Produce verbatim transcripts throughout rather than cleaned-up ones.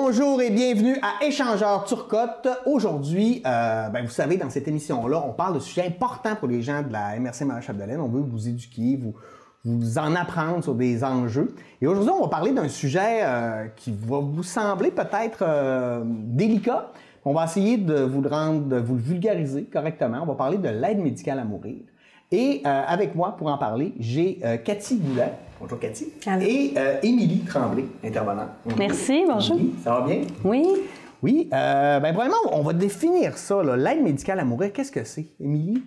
bonjour et bienvenue à Échangeurs Turcotte. Aujourd'hui, euh, ben vous savez, dans cette émission-là, on parle de sujets importants pour les gens de la M R C Marie-Chapdelaine. On veut vous éduquer, vous, vous en apprendre sur des enjeux. Et aujourd'hui, on va parler d'un sujet euh, qui va vous sembler peut-être euh, délicat. On va essayer de vous le rendre, de vous le vulgariser correctement. On va parler de l'aide médicale à mourir. Et euh, avec moi, pour en parler, j'ai euh, Cathy Goulet. Bonjour Cathy. Allô. Et euh, Émilie Tremblay, intervenante. Merci, bonjour. Émilie, ça va bien? Oui. Oui, euh, ben vraiment, on va définir ça, là. L'aide médicale à mourir. Qu'est-ce que c'est, Émilie?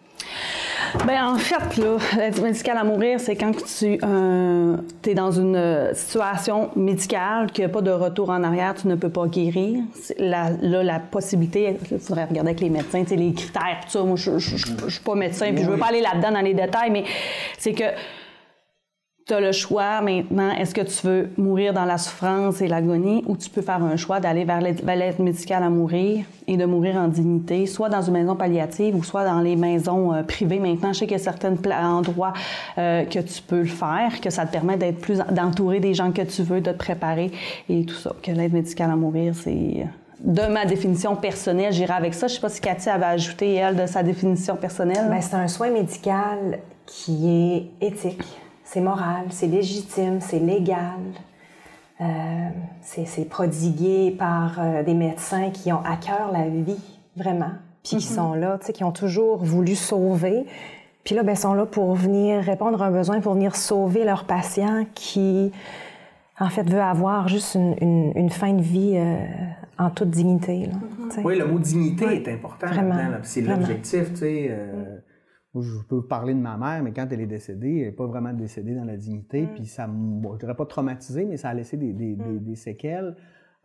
Bien, en fait, là, l'aide médicale à mourir, c'est quand tu euh, es dans une situation médicale, qu'il n'y a pas de retour en arrière, tu ne peux pas guérir. La, là, la possibilité, il faudrait regarder avec les médecins, les critères, tout ça. Moi, je ne suis pas médecin, puis je ne veux pas aller là-dedans dans les détails, mais c'est que tu as le choix maintenant, est-ce que tu veux mourir dans la souffrance et l'agonie ou tu peux faire un choix d'aller vers l'aide médicale à mourir et de mourir en dignité, soit dans une maison palliative ou soit dans les maisons euh, privées. Maintenant, je sais qu'il y a certains endroits euh, que tu peux le faire, que ça te permet d'être plus, d'entourer des gens que tu veux, de te préparer et tout ça. Que l'aide médicale à mourir, c'est... De ma définition personnelle, j'irai avec ça. Je ne sais pas si Cathy avait ajouté, elle, de sa définition personnelle. Bien, c'est un soin médical qui est éthique. C'est moral, c'est légitime, c'est légal. Euh, c'est, c'est prodigué par euh, des médecins qui ont à cœur la vie, vraiment. Puis mm-hmm. qui sont là, tu sais, qui ont toujours voulu sauver. Puis là, ben, ils sont là pour venir répondre à un besoin, pour venir sauver leur patient qui, en fait, veut avoir juste une, une, une fin de vie euh, en toute dignité. Là, mm-hmm. Oui, le mot dignité ouais. est important. Vraiment. Là, c'est vraiment. L'objectif, tu sais. Euh, mm. Moi, je peux parler de ma mère, mais quand elle est décédée, elle n'est pas vraiment décédée dans la dignité. Mm. Puis ça, bon, je ne dirais pas traumatisé, mais ça a laissé des, des, mm. des, des séquelles.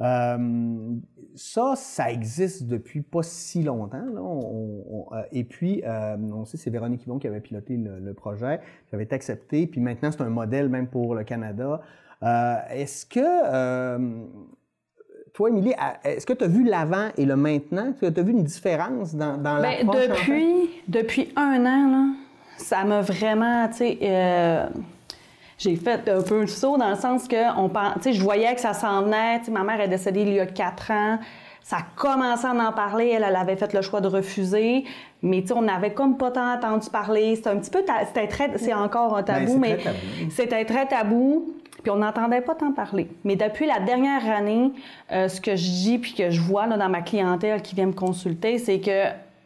Euh, ça, ça existe depuis pas si longtemps. Là. On, on, euh, et puis, euh, on sait, c'est Véronique Yvon qui avait piloté le, le projet, qui avait été accepté. Puis maintenant, c'est un modèle même pour le Canada. Euh, est-ce que... Euh, Toi, Émilie, est-ce que tu as vu l'avant et le maintenant? Est-ce que tu as vu une différence dans, dans Bien, l'approche? Depuis, depuis un an, là, ça m'a vraiment, tu sais, euh, j'ai fait un peu le saut dans le sens que on, tu sais, je voyais que ça s'en venait. Tu sais, ma mère est décédée il y a quatre ans. Ça a commencé à en parler. Elle, elle avait fait le choix de refuser. Mais tu sais, on n'avait comme pas tant entendu parler. C'était un petit peu... Ta- c'était très... C'est encore un tabou, ben, c'est mais très tabou. C'était très tabou. Puis on n'entendait pas tant parler. Mais depuis la dernière année, euh, ce que je dis puis que je vois là, dans ma clientèle qui vient me consulter, c'est que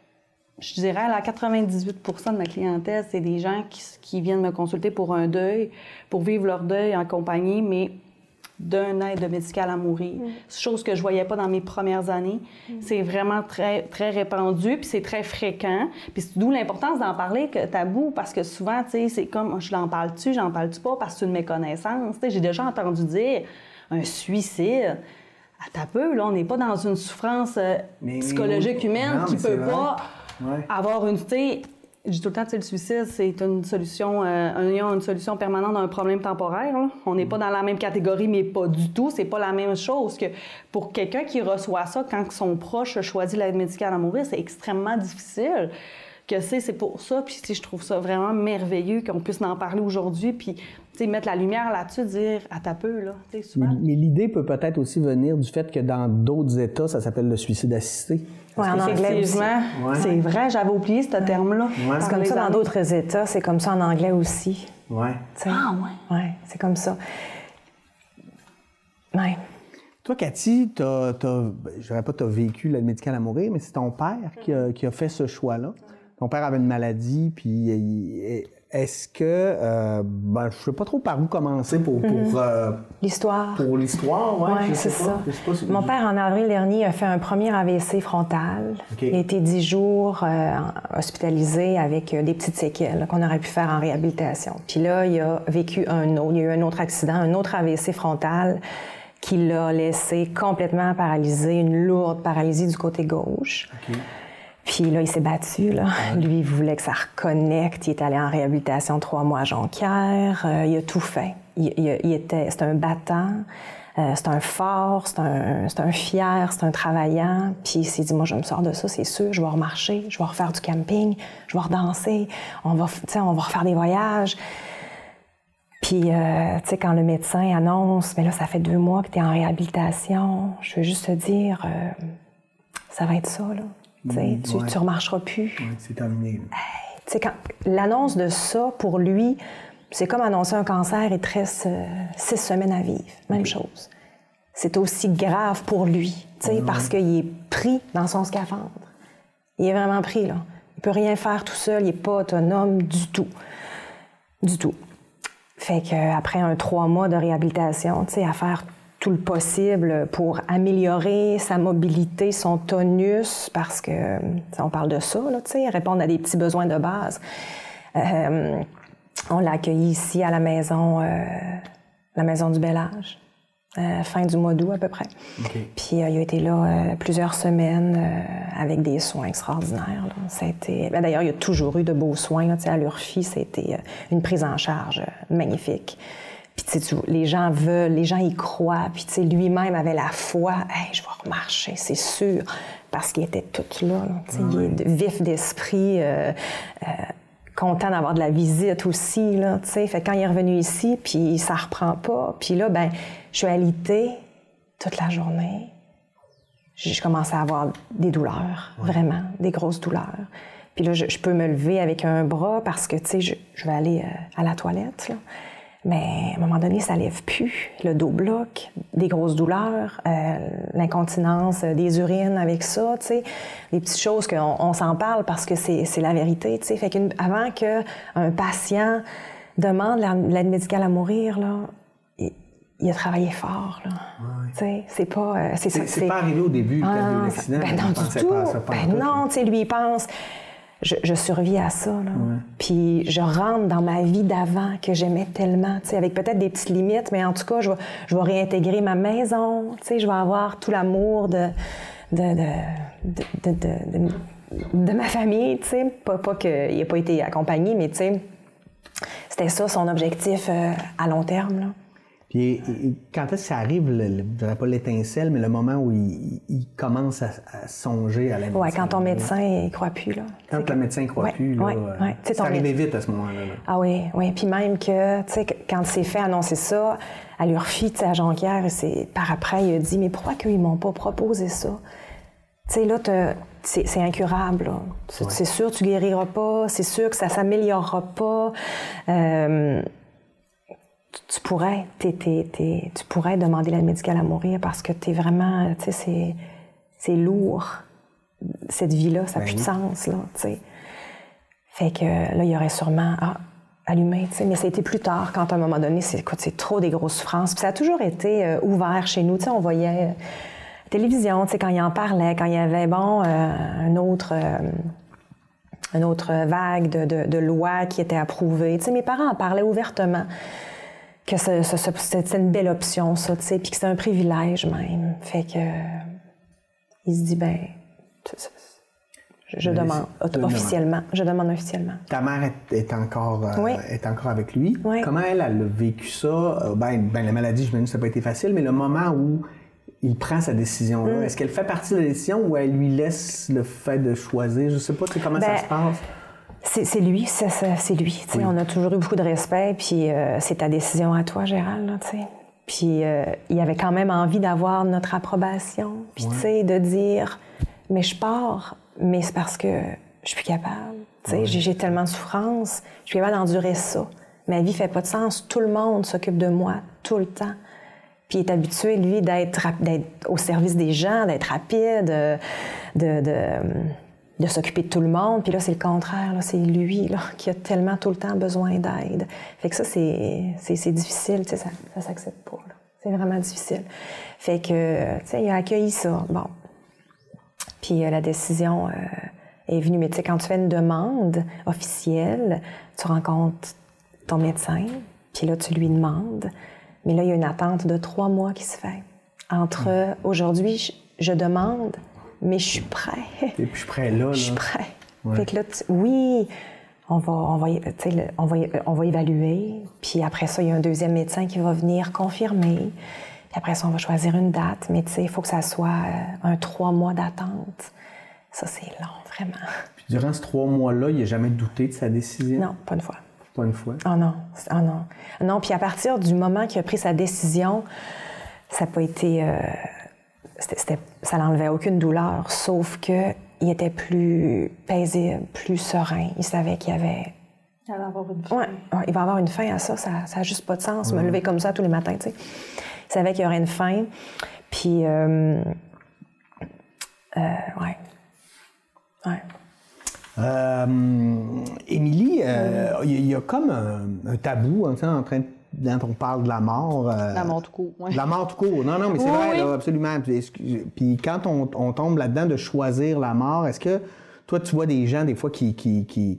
je dirais à quatre-vingt-dix-huit pour cent de ma clientèle, c'est des gens qui, qui viennent me consulter pour un deuil, pour vivre leur deuil en compagnie, mais d'un aide médicale à mourir. Mm. Chose que je voyais pas dans mes premières années. Mm. C'est vraiment très, très répandu, puis c'est très fréquent. Puis c'est d'où l'importance d'en parler, que tabou, parce que souvent, tu sais, c'est comme, je l'en parle-tu, j'en parle-tu pas, parce que c'est une méconnaissance. Tu sais, j'ai déjà entendu dire un suicide. À ta peu, là, on n'est pas dans une souffrance euh, mais, psychologique mais, humaine non, qui peut vrai. pas ouais. avoir une, tu sais, je dis tout le temps, tu sais, le suicide, c'est une solution, euh, une solution permanente d'un problème temporaire. Là. On n'est pas dans la même catégorie, mais pas du tout. C'est pas la même chose que pour quelqu'un qui reçoit ça quand son proche choisit l'aide médicale à mourir, c'est extrêmement difficile. Que c'est, c'est pour ça, puis je trouve ça vraiment merveilleux qu'on puisse en parler aujourd'hui, puis mettre la lumière là-dessus, dire à ta peu, là, souvent. Mais, mais l'idée peut peut-être aussi venir du fait que dans d'autres États, ça s'appelle le suicide assisté. Oui, en anglais aussi. Ouais. C'est vrai, j'avais oublié ce terme-là. Ouais. C'est comme ça dans d'autres États, c'est comme ça en anglais aussi. Oui. Ah, oui. Oui, c'est comme ça. Oui. Toi, Cathy, t'as, t'as, je ne dirais pas que tu as vécu l'aide médicale à mourir, mais c'est ton père qui a, qui a fait ce choix-là. Ton père avait une maladie, puis est-ce que... Euh, ben, je ne sais pas trop par où commencer pour... pour mm-hmm. euh, l'histoire. Pour l'histoire, oui. Ouais, c'est ça. Pas si... Mon père, en avril dernier, a fait un premier A V C frontal. Okay. Il a été dix jours euh, hospitalisé avec des petites séquelles là, qu'on aurait pu faire en réhabilitation. Puis là, il a vécu un autre... Il y a eu un autre accident, un autre A V C frontal qui l'a laissé complètement paralysé, une lourde paralysie du côté gauche. Okay. Puis là, il s'est battu, là. Ouais. Lui, il voulait que ça reconnecte. Il est allé en réhabilitation trois mois à Jonquière. Euh, il a tout fait. Il, il, il était... C'est un battant, euh, c'est un fort, c'est un, c'est un fier, c'est un travaillant. Puis il s'est dit, moi, je me sors de ça, c'est sûr. Je vais remarcher, je vais refaire du camping, je vais redanser. On va, tu sais, on va refaire des voyages. Puis, euh, tu sais, quand le médecin annonce, mais là, ça fait deux mois que tu es en réhabilitation, je veux juste te dire, euh, ça va être ça, là. Tu sais, Mmh, tu, ouais. tu remarcheras plus. Ouais, c'est terminé. Hey, tu sais, quand l'annonce de ça, pour lui, c'est comme annoncer un cancer, il te reste euh, six semaines à vivre. Même okay. chose. C'est aussi grave pour lui, tu sais, mmh. parce qu'il est pris dans son scaphandre. Il est vraiment pris, là. Il peut rien faire tout seul, il n'est pas autonome du tout. Du tout. Fait qu'après un trois mois de réhabilitation, tu sais, à faire tout le possible pour améliorer sa mobilité, son tonus, parce que, on parle de ça, là, tu sais, répondre à des petits besoins de base. Euh, on l'a accueilli ici à la maison, euh, la maison du Bel Âge, euh, fin du mois d'août à peu près. Okay. Puis euh, il a été là euh, plusieurs semaines euh, avec des soins extraordinaires. Là. Ça a été... ben, d'ailleurs, il y a toujours eu de beaux soins. Là, à l'Urfi, c'était euh, une prise en charge euh, magnifique. Puis tu sais, les gens veulent, les gens y croient. Puis tu sais, lui-même avait la foi. Hey, je vais remarcher, c'est sûr, parce qu'il était tout là. là tu sais, ah, il est oui. vif d'esprit. Euh, euh, content d'avoir de la visite aussi, là, tu sais. Fait que quand il est revenu ici, puis ça reprend pas, puis là, ben je suis alitée toute la journée. Je commençais à avoir des douleurs, ouais. vraiment, des grosses douleurs. Puis là, je, je peux me lever avec un bras parce que, tu sais, je, je vais aller euh, à la toilette, là. Mais à un moment donné, ça lève plus. Le dos bloque, des grosses douleurs, euh, l'incontinence, euh, des urines avec ça, tu sais. Des petites choses qu'on on s'en parle parce que c'est, c'est la vérité, tu sais. Fait qu'avant qu'un patient demande l'aide médicale à mourir, là, il, il a travaillé fort, là. Ouais. Tu sais, c'est pas... Euh, c'est, c'est, c'est pas arrivé au début, ah, quand il y a eu l'accident. Ben non, du tout. Pas, pas ben non, tu sais, lui, il pense... Je, je survis à ça, là. Ouais. Puis je rentre dans ma vie d'avant que j'aimais tellement, tu sais, avec peut-être des petites limites, mais en tout cas, je vais, je vais réintégrer ma maison, tu sais, je vais avoir tout l'amour de, de, de, de, de, de, de, de ma famille, tu sais. Pas, pas qu'il n'ait pas été accompagné, mais tu sais, c'était ça son objectif euh, à long terme, là. Puis quand est-ce que ça arrive, le, le, je dirais pas l'étincelle, mais le moment où il, il commence à, à songer à la médecine? Oui, quand ton médecin ne croit plus, là. Quand le que... médecin ne croit ouais, plus, là, ouais, euh, ouais. c'est arrivé vite à ce moment-là. Là. Ah oui, oui. Puis même que, tu sais, quand il s'est fait annoncer ça, à l'Urfi, tu sais, à Jonquière, c'est, par après, il a dit, mais pourquoi qu'ils m'ont pas proposé ça? Tu sais, là, c'est, c'est incurable, là. C'est, ouais. c'est sûr que tu guériras pas, c'est sûr que ça s'améliorera pas. Euh, Tu pourrais, t'es, t'es, t'es, tu pourrais demander l'aide médicale à mourir parce que t'es vraiment, tu sais, c'est, c'est lourd. Cette vie-là, ça n'a ben plus oui. de sens, là, tu sais. Fait que là, il y aurait sûrement, ah, allumé, tu sais. Mais ça a été plus tard, quand à un moment donné, c'est, écoute, c'est trop des grosses souffrances. Puis ça a toujours été euh, ouvert chez nous, tu sais. On voyait euh, la télévision, tu sais, quand il en parlait, quand il y avait, bon, euh, un autre... Euh, une autre vague de, de, de lois qui était approuvée. Tu sais, mes parents en parlaient ouvertement. Que ce, ce, ce, c'était une belle option, ça, tu sais, puis que c'est un privilège même. Fait que, euh, il se dit, ben, je, je demande officiellement. Demande. Je demande officiellement. Ta mère est, est, encore, euh, oui. est encore avec lui. Oui. Comment elle, elle a vécu ça? Ben, ben la maladie, je me dis, ça n'a pas été facile, mais le moment où il prend sa décision-là, mm. est-ce qu'elle fait partie de la décision ou elle lui laisse le fait de choisir? Je sais pas, tu sais, comment ben, ça se passe? C'est, c'est lui, c'est, c'est lui. Oui. On a toujours eu beaucoup de respect, puis euh, c'est ta décision à toi, Gérald, là, tu sais. Puis euh, il avait quand même envie d'avoir notre approbation, puis tu sais, de dire, mais je pars, mais c'est parce que je suis plus capable. Tu sais, j'ai, j'ai tellement de souffrance, je suis capable d'endurer ça. Ma vie fait pas de sens, tout le monde s'occupe de moi, tout le temps. Puis il est habitué, lui, d'être, d'être au service des gens, d'être rapide, de... de, de de s'occuper de tout le monde, puis là, c'est le contraire, là, c'est lui là, qui a tellement tout le temps besoin d'aide. Fait que ça, c'est, c'est, c'est difficile, tu sais, ça, ça s'accepte pas, là. C'est vraiment difficile. Fait que, tu sais, il a accueilli ça, bon. Puis euh, la décision euh, est venue, mais tu sais, quand tu fais une demande officielle, tu rencontres ton médecin, puis là, tu lui demandes, mais là, il y a une attente de trois mois qui se fait. Entre mmh. aujourd'hui, je, je demande, mais je suis prêt. Et puis je suis prêt là, là. Je suis prêt. Ouais. Fait que là, tu, oui, on va, on, va, on, va, on va évaluer. Puis après ça, il y a un deuxième médecin qui va venir confirmer. Puis après ça, on va choisir une date. Mais tu sais, il faut que ça soit un trois mois d'attente. Ça, c'est long, vraiment. Puis durant ces trois mois-là, il n'a jamais douté de sa décision? Non, pas une fois. Pas une fois? Oh non, oh non. Non, puis à partir du moment qu'il a pris sa décision, ça n'a pas été... Euh, c'était, c'était, ça n'enlevait aucune douleur, sauf qu'il était plus paisible, plus serein. Il savait qu'il y avait... Il va avoir une fin. Ouais, ouais, il va avoir une fin à ça, ça n'a juste pas de sens. Mmh. Me lever comme ça tous les matins, tu sais. Il savait qu'il y aurait une fin, puis... Euh, euh, ouais. Ouais. Euh, Émilie, euh, il euh, y, y a comme un, un tabou hein, en train de, quand on parle de la mort. Euh, la mort tout court, oui. La mort tout court. Non, non, mais c'est oui, vrai, oui. Là, absolument. Puis, puis quand on, on tombe là-dedans de choisir la mort, est-ce que toi, tu vois des gens, des fois, qui... qui, qui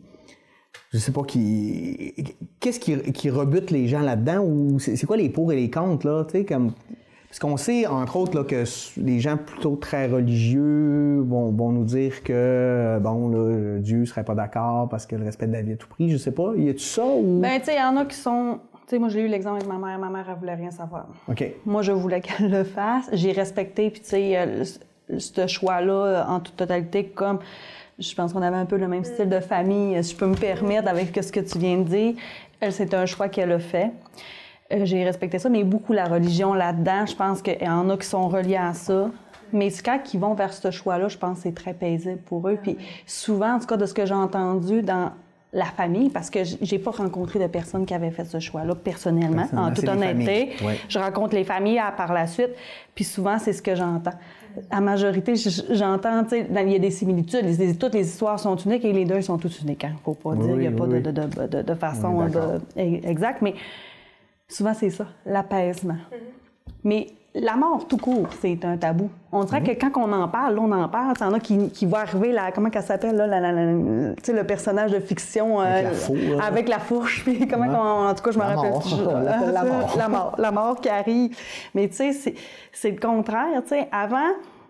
je sais pas, qui... Qu'est-ce qui, qui rebute les gens là-dedans? Ou c'est, c'est quoi les pour et les contre, là? Tu sais, comme... Parce qu'on sait, entre autres, là, que les gens plutôt très religieux vont, vont nous dire que, bon, là, Dieu serait pas d'accord parce que le respect de la vie à tout prix, je sais pas. Y a-tu ça ou... Ben, tu sais, il y en a qui sont... Tu sais, moi, j'ai eu l'exemple avec ma mère. Ma mère, elle voulait rien savoir. OK. Moi, je voulais qu'elle le fasse. J'ai respecté, puis tu sais, ce choix-là, en toute totalité, comme... Je pense qu'on avait un peu le même style de famille, si je peux me permettre, avec ce que tu viens de dire. Elle, c'est un choix qu'elle a fait. Euh, j'ai respecté ça, mais beaucoup la religion là-dedans. Je pense qu'il y en a qui sont reliés à ça. Mais quand ils vont vers ce choix-là, je pense que c'est très paisible pour eux. Puis souvent, en tout cas, de ce que j'ai entendu dans la famille, parce que j'ai pas rencontré de personnes qui avaient fait ce choix-là personnellement, personnellement en toute honnêteté. Ouais. Je rencontre les familles à, par la suite, puis souvent, c'est ce que j'entends. À majorité, j'entends, tu sais, il y a des similitudes. Les, toutes les histoires sont uniques et les deux sont toutes uniques. Il hein. ne faut pas oui, dire qu'il n'y a oui, pas oui. de, de, de, de, de façon exacte, mais souvent, c'est ça, l'apaisement. Mm-hmm. Mais la mort, tout court, c'est un tabou. On dirait mm-hmm. que quand on en parle, là, on en parle, il y en a qui, qui voient arriver, la, comment elle s'appelle, là, la, la, la, tu sais, le personnage de fiction avec, euh, la, four, avec la fourche, puis comment ouais. on, en tout cas, je me rappelle mort. plus. On l'appelle la mort. La mort, la mort qui arrive. Mais tu sais, c'est, c'est le contraire, tu sais, avant...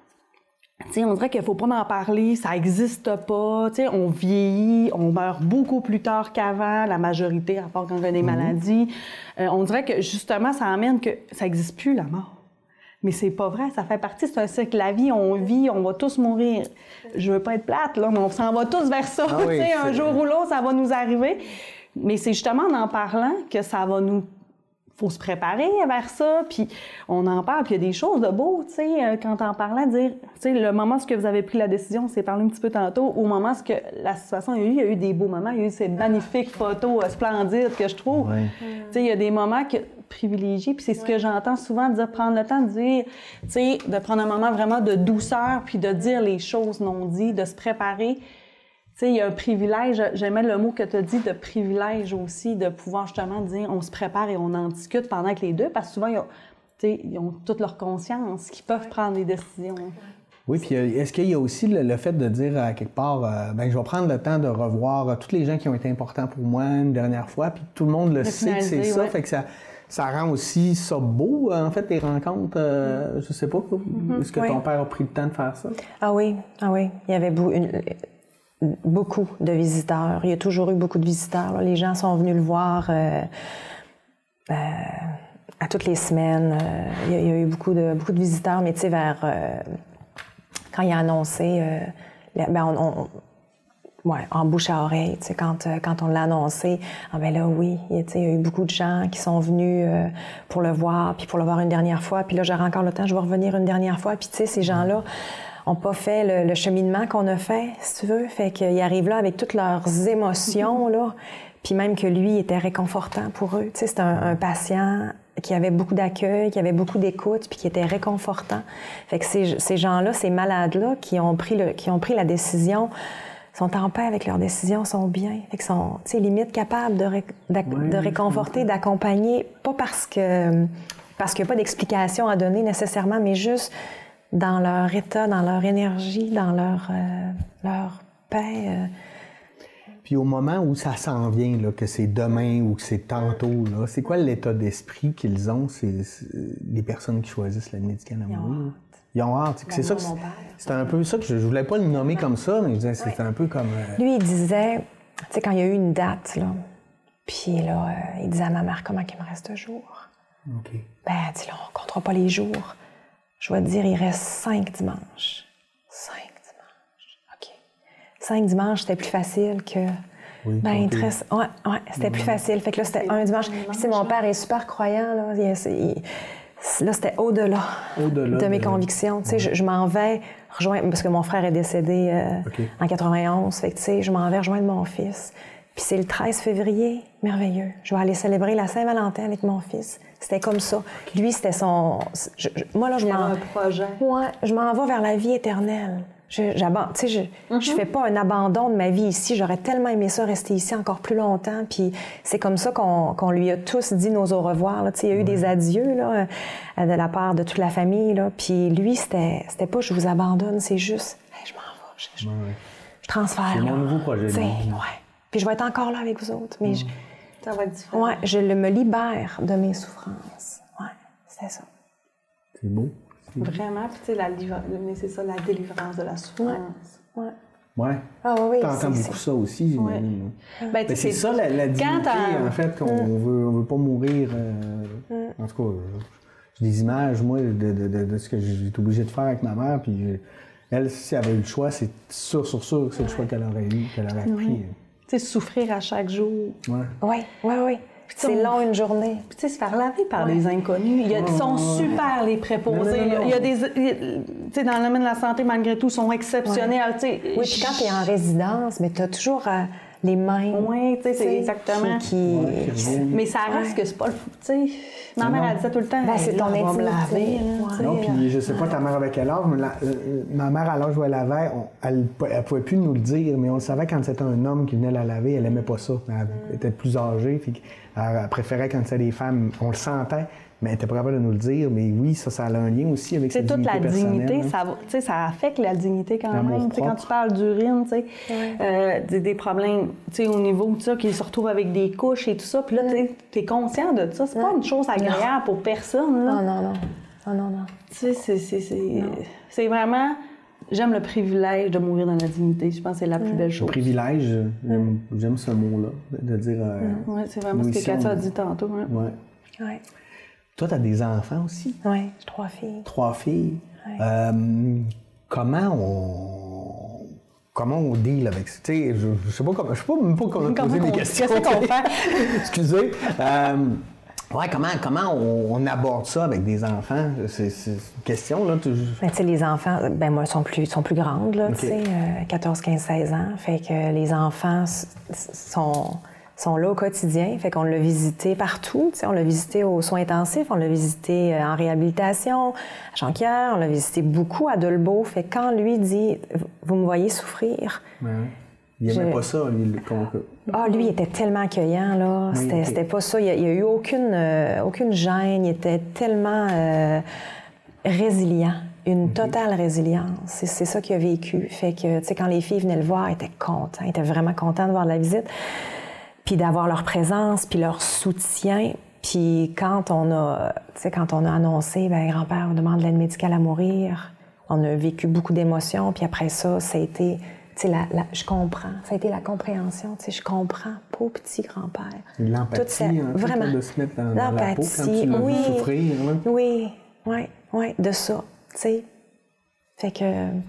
T'sais, on dirait qu'il ne faut pas en parler, ça n'existe pas. T'sais, on vieillit, on meurt beaucoup plus tard qu'avant, la majorité, à part quand on a des maladies. Euh, on dirait que justement, ça amène que ça n'existe plus, la mort. Mais c'est pas vrai, ça fait partie, c'est un cycle. La vie, on vit, on va tous mourir. Je veux pas être plate, là, mais on s'en va tous vers ça. Ah oui, un jour ou l'autre, ça va nous arriver. Mais c'est justement en en parlant que ça va nous... faut se préparer vers ça, puis on en parle, puis il y a des choses de beau, tu sais, quand en parlant, dire, tu sais, le moment où vous avez pris la décision, on s'est parlé un petit peu tantôt, au moment où la situation, il y a eu, il y a eu des beaux moments, il y a eu ces magnifiques photos euh, splendides que je trouve. Ouais. Tu sais, il y a des moments que, privilégiés, puis c'est ce ouais. que j'entends souvent, dire, prendre le temps de dire, tu sais, de prendre un moment vraiment de douceur, puis de dire les choses non dites, de se préparer. Tu sais, il y a un privilège, j'aimais le mot que tu as dit, de privilège aussi, de pouvoir justement dire on se prépare et on en discute pendant que les deux, parce que souvent, ils ont, tu sais, ils ont toute leur conscience, qu'ils peuvent prendre des décisions. Oui, puis est-ce qu'il y a aussi le, le fait de dire à quelque part, euh, ben je vais prendre le temps de revoir euh, tous les gens qui ont été importants pour moi une dernière fois, puis tout le monde le, le sait que c'est ça, ouais. fait que ça, ça rend aussi ça beau, en fait, les rencontres, euh, je sais pas, mm-hmm. est-ce que oui. ton père a pris le temps de faire ça? Ah oui, ah oui, il y avait beau, une... beaucoup de visiteurs. Il y a toujours eu beaucoup de visiteurs. Là. Les gens sont venus le voir euh, euh, à toutes les semaines. Euh, il, y a, il y a eu beaucoup de, beaucoup de visiteurs, mais tu sais, vers... Euh, quand il a annoncé... Euh, ben on, on, ouais, en bouche à oreille, tu sais, quand, quand on l'a annoncé, ah ben là, oui, il y a eu beaucoup de gens qui sont venus euh, pour le voir, puis pour le voir une dernière fois, puis là, j'aurai encore le temps, je vais revenir une dernière fois, puis tu sais, ces gens-là n'ont pas fait le, le cheminement qu'on a fait, si tu veux. Fait qu'ils arrivent là avec toutes leurs émotions, là. Puis même que lui était réconfortant pour eux. Tu sais, c'est un, un patient qui avait beaucoup d'accueil, qui avait beaucoup d'écoute, puis qui était réconfortant. Fait que ces, ces gens-là, ces malades-là, qui ont pris le, qui ont pris la décision, sont en paix avec leurs décisions, sont bien. Fait que sont, tu sais, limite capables de, ré, oui, de réconforter, d'accompagner, pas parce que parce qu'il n'y a pas d'explication à donner nécessairement, mais juste dans leur état, dans leur énergie, dans leur, euh, leur paix. Euh. Puis au moment où ça s'en vient, là, que c'est demain ou que c'est tantôt, là, c'est quoi l'état d'esprit qu'ils ont, ces, ces, les personnes qui choisissent la médicale à mourir? Ils ont hâte. C'est ça que c'est, c'est un peu ça que je, je voulais pas le nommer comme ça, mais je disais, c'est un peu comme... Euh... Lui, il disait, tu sais, quand il y a eu une date, là, puis là, euh, il disait à ma mère, comment il me reste de jours? OK. Ben, elle dit, là, on comptera pas les jours. Je vais te dire, il reste cinq dimanches. Cinq dimanches. OK. Cinq dimanches, c'était plus facile que Oui, ben, très... ouais, ouais, c'était mmh. plus facile. Fait que là, c'était un dimanche. Puis, tu mon père est super croyant, là. Il, il... Là, c'était au-delà, au-delà de mes de... convictions. Tu sais, ouais. je, je m'en vais rejoindre... Parce que mon frère est décédé euh, okay. en quatre-vingt-onze. Fait que, tu sais, je m'en vais rejoindre mon fils. Puis c'est le treize février, merveilleux. Je vais aller célébrer la Saint-Valentin avec mon fils. C'était comme ça. Lui, c'était son... Je, je... Moi, là, je m'en... un projet. Ouais, je m'en vais vers la vie éternelle. Je, j'abandonne, tu sais, je, mm-hmm. je fais pas un abandon de ma vie ici. J'aurais tellement aimé ça, rester ici encore plus longtemps. Puis c'est comme ça qu'on, qu'on lui a tous dit nos au revoir. Là. Tu sais, il y a eu ouais. des adieux là, de la part de toute la famille. Là. Puis lui, c'était, c'était pas « je vous abandonne », c'est juste hey, « je m'en vais, je, je, ouais. je transfère ». C'est mon nouveau projet. Ouais. Puis je vais être encore là avec vous autres. Mais mm. je, ça va être différent. Ouais, je le, me libère de mes souffrances. Ouais, c'était ça. C'est beau. Vraiment, puis tu sais, la livra... c'est ça, la délivrance de la souffrance. Ouais. Ouais. Ah oui, oui. T'entends beaucoup c'est... ça aussi, j'imagine. Ouais. Ben, c'est, c'est ça la, la dignité, en fait, qu'on mm. veut, on veut pas mourir. Euh... Mm. En tout cas, j'ai des images, moi, de, de, de, de ce que j'ai été obligé de faire avec ma mère, puis je... elle, si elle avait eu le choix, c'est sûr, sûr, sûr que c'est le choix qu'elle aurait eu, qu'elle aurait pris. Ouais. Tu sais, souffrir à chaque jour. Ouais. Oui, oui, oui. C'est long, une journée. Puis, tu sais, se faire laver par ouais. des inconnus. Il y a, ils sont super, les préposés. Non, non, non. Il y a des... Tu sais, dans le domaine de la santé, malgré tout, sont exceptionnels. Ouais. Oui, puis quand tu es en résidence, mais tu as toujours euh, les mains. Oui, tu sais, c'est exactement. Qui... Ouais, qui mais ça reste ouais. que c'est pas le... Tu sais, ma mère, elle disait tout le temps, ben, c'est ton intimité. Me laver. Ouais. Non, puis je sais pas ta mère avec quel âge, mais la, euh, ma mère, à l'âge où elle lavait, on, elle, elle pouvait plus nous le dire, mais on le savait quand c'était un homme qui venait la laver, elle aimait pas ça. Elle mm. était plus âgée, puis elle préférait quand c'était des femmes, on le sentait, mais elle était pas capable de nous le dire. Mais oui, ça, ça a un lien aussi avec cette dignité personnelle. C'est toute la dignité, ça, tu sais, ça affecte la dignité quand même. Tu sais, quand tu parles d'urine, tu sais, ouais. euh, des, des problèmes, tu sais, au niveau de ça, qui se retrouvent avec des couches et tout ça, puis là, tu es conscient de ça. C'est ouais. pas une chose agréable non. pour personne. Là. Non, non, non. Non, non, non. Tu sais, c'est, c'est, c'est, c'est vraiment... J'aime le privilège de mourir dans la dignité. Je pense que c'est la plus belle chose. Le privilège, j'aime, j'aime ce mot-là, de dire... Euh, oui, c'est vraiment ce que Katia a dit tantôt. Hein. Oui. Ouais. Toi, tu as des enfants aussi? Oui, j'ai trois filles. Trois filles. Ouais. Euh, comment on... Comment on deal avec ça? Tu sais, je ne sais pas comment... Je sais pas même pas comment poser des questions. Qu'est-ce qu'on fait? Excusez. Euh, Ouais, comment, comment on, on aborde ça avec des enfants? C'est, c'est une question, là. Tu ben, sais, les enfants, ben moi, sont plus, sont plus grandes, là, okay. tu sais, euh, quatorze, quinze, seize ans. Fait que les enfants sont, sont là au quotidien. Fait qu'on l'a visité partout. Tu sais, on l'a visité aux soins intensifs, on l'a visité en réhabilitation, à Jonquière, on l'a visité beaucoup à Dolbeau. Fait que quand lui dit « Vous me voyez souffrir ouais. », il n'aimait je... pas ça, lui. Le... Ah, lui, il était tellement accueillant, là. Oui, c'était, okay. c'était pas ça. Il n'y a, a eu aucune, euh, aucune gêne. Il était tellement euh, résilient. Une okay. totale résilience. C'est, c'est ça qu'il a vécu. Fait que, tu sais, quand les filles venaient le voir, ils étaient contents. Ils étaient vraiment contents de voir la visite. Puis d'avoir leur présence, puis leur soutien. Puis quand on a, tu sais, quand on a annoncé, bien, grand-père demande l'aide médicale à mourir, on a vécu beaucoup d'émotions. Puis après ça, ça a été... Tu sais, la, la, je comprends. Ça a été la compréhension. Tu sais, je comprends. Pauvre petit grand-père. L'empathie, ça, hein, vraiment. De se mettre dans, dans la peau quand tu l'as oui, vu souffrir. Là. Oui, oui, oui, de ça. Tu sais. Fait que,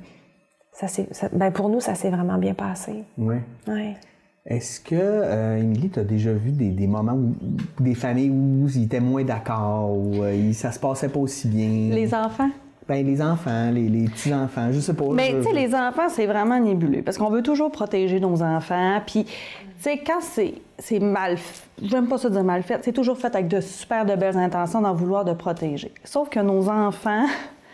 ça s'est, ça, ben pour nous, ça s'est vraiment bien passé. Oui. Oui. Est-ce que, euh, Émilie, tu as déjà vu des, des moments où, des familles où ils étaient moins d'accord, où euh, ça se passait pas aussi bien? Les enfants? Ben, les enfants, les, les petits-enfants, je sais pas. Mais tu sais, les enfants, c'est vraiment nébuleux parce qu'on veut toujours protéger nos enfants. Puis, tu sais, quand c'est, c'est mal fait, j'aime pas ça dire mal fait, c'est toujours fait avec de super de belles intentions d'en vouloir de protéger. Sauf que nos enfants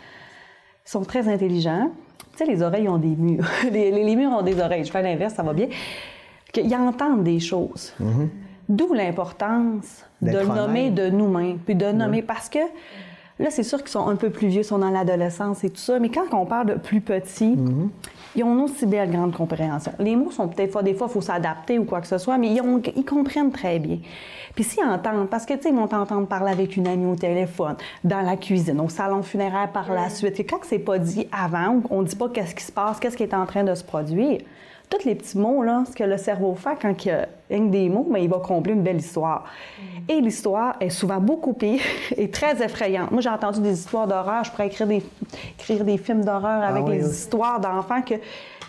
sont très intelligents. Tu sais, les oreilles ont des murs. les, les murs ont des oreilles. Je fais l'inverse, ça va bien. Qu'ils entendent des choses. Mm-hmm. D'où l'importance D'être de le nommer de nous-mêmes. Puis de nommer ouais. parce que là, c'est sûr qu'ils sont un peu plus vieux, ils sont dans l'adolescence et tout ça, mais quand on parle de plus petits, mm-hmm. ils ont une aussi belle grande compréhension. Les mots sont peut-être fois, des fois, il faut s'adapter ou quoi que ce soit, mais ils, ont, ils comprennent très bien. Puis s'ils entendent, parce que, tu sais, ils vont t'entendre parler avec une amie au téléphone, dans la cuisine, au salon funéraire par la suite. Et quand c'est pas dit avant, on ne dit pas qu'est-ce qui se passe, qu'est-ce qui est en train de se produire, tous les petits mots, là, ce que le cerveau fait quand il y a rien que des mots, mais il va combler une belle histoire. Mm. Et l'histoire est souvent beaucoup pire et très effrayante. Moi, j'ai entendu des histoires d'horreur. Je pourrais écrire des, écrire des films d'horreur avec ah oui, les oui. histoires d'enfants que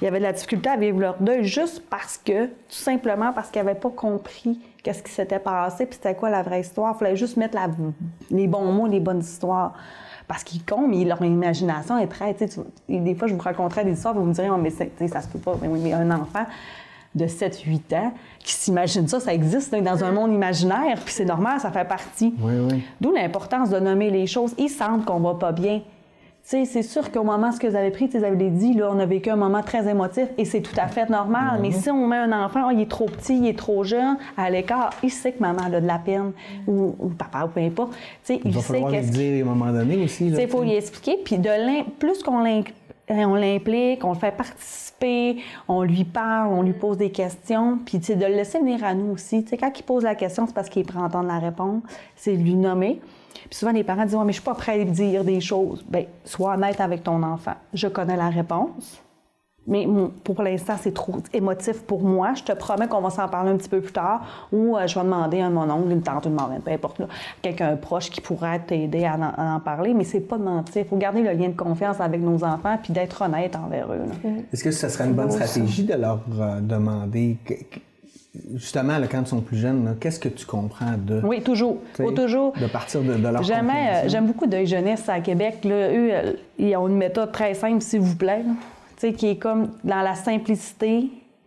ils avaient de la difficulté à vivre leur deuil juste parce que, tout simplement parce qu'ils n'avaient pas compris qu'est-ce qui s'était passé puis c'était quoi la vraie histoire. Il fallait juste mettre la, les bons mots, les bonnes histoires. Parce qu'ils comptent, mais leur imagination est très... Tu sais, des fois, je vous raconterais des histoires, vous me direz, oh, mais ça se peut pas. Mais oui, mais un enfant de sept huit ans qui s'imagine ça, ça existe là, dans un monde imaginaire, puis c'est normal, ça fait partie. Oui, oui. D'où l'importance de nommer les choses. Ils sentent qu'on va pas bien. T'sais, c'est sûr qu'au moment ce que vous avez pris, vous avez dit, là, on a vécu un moment très émotif et c'est tout à fait normal. Mm-hmm. Mais si on met un enfant, oh, il est trop petit, il est trop jeune, à l'écart, il sait que maman a de la peine, mm-hmm. ou, ou papa, ou peu importe. T'sais, il, il va sait falloir lui dire à un moment donné aussi. Il faut lui expliquer. Puis de plus qu'on l'implique, on l'implique, on le fait participer, on lui parle, on lui pose des questions, puis de le laisser venir à nous aussi. T'sais, quand il pose la question, c'est parce qu'il prend entendre la réponse, c'est de lui nommer. Puis souvent, les parents disent ouais, « mais je suis pas prêt à dire des choses. » Bien, sois honnête avec ton enfant. Je connais la réponse, mais pour l'instant, c'est trop émotif pour moi. Je te promets qu'on va s'en parler un petit peu plus tard ou euh, je vais demander à mon oncle, une tante, une marraine, peu importe, là, quelqu'un proche qui pourrait t'aider à, à en parler, mais c'est pas de mentir. Il faut garder le lien de confiance avec nos enfants puis d'être honnête envers eux. Là. Est-ce que ce serait une bonne stratégie de leur euh, demander... Que, que... Justement, là, quand ils sont plus jeunes, là, qu'est-ce que tu comprends de... Oui, toujours. Faut toujours. De partir de, de leur J'aime, euh, j'aime beaucoup Deuil Jeunesse à Québec. Là. Eux, euh, ils ont une méthode très simple, s'il vous plaît, qui est comme dans la simplicité.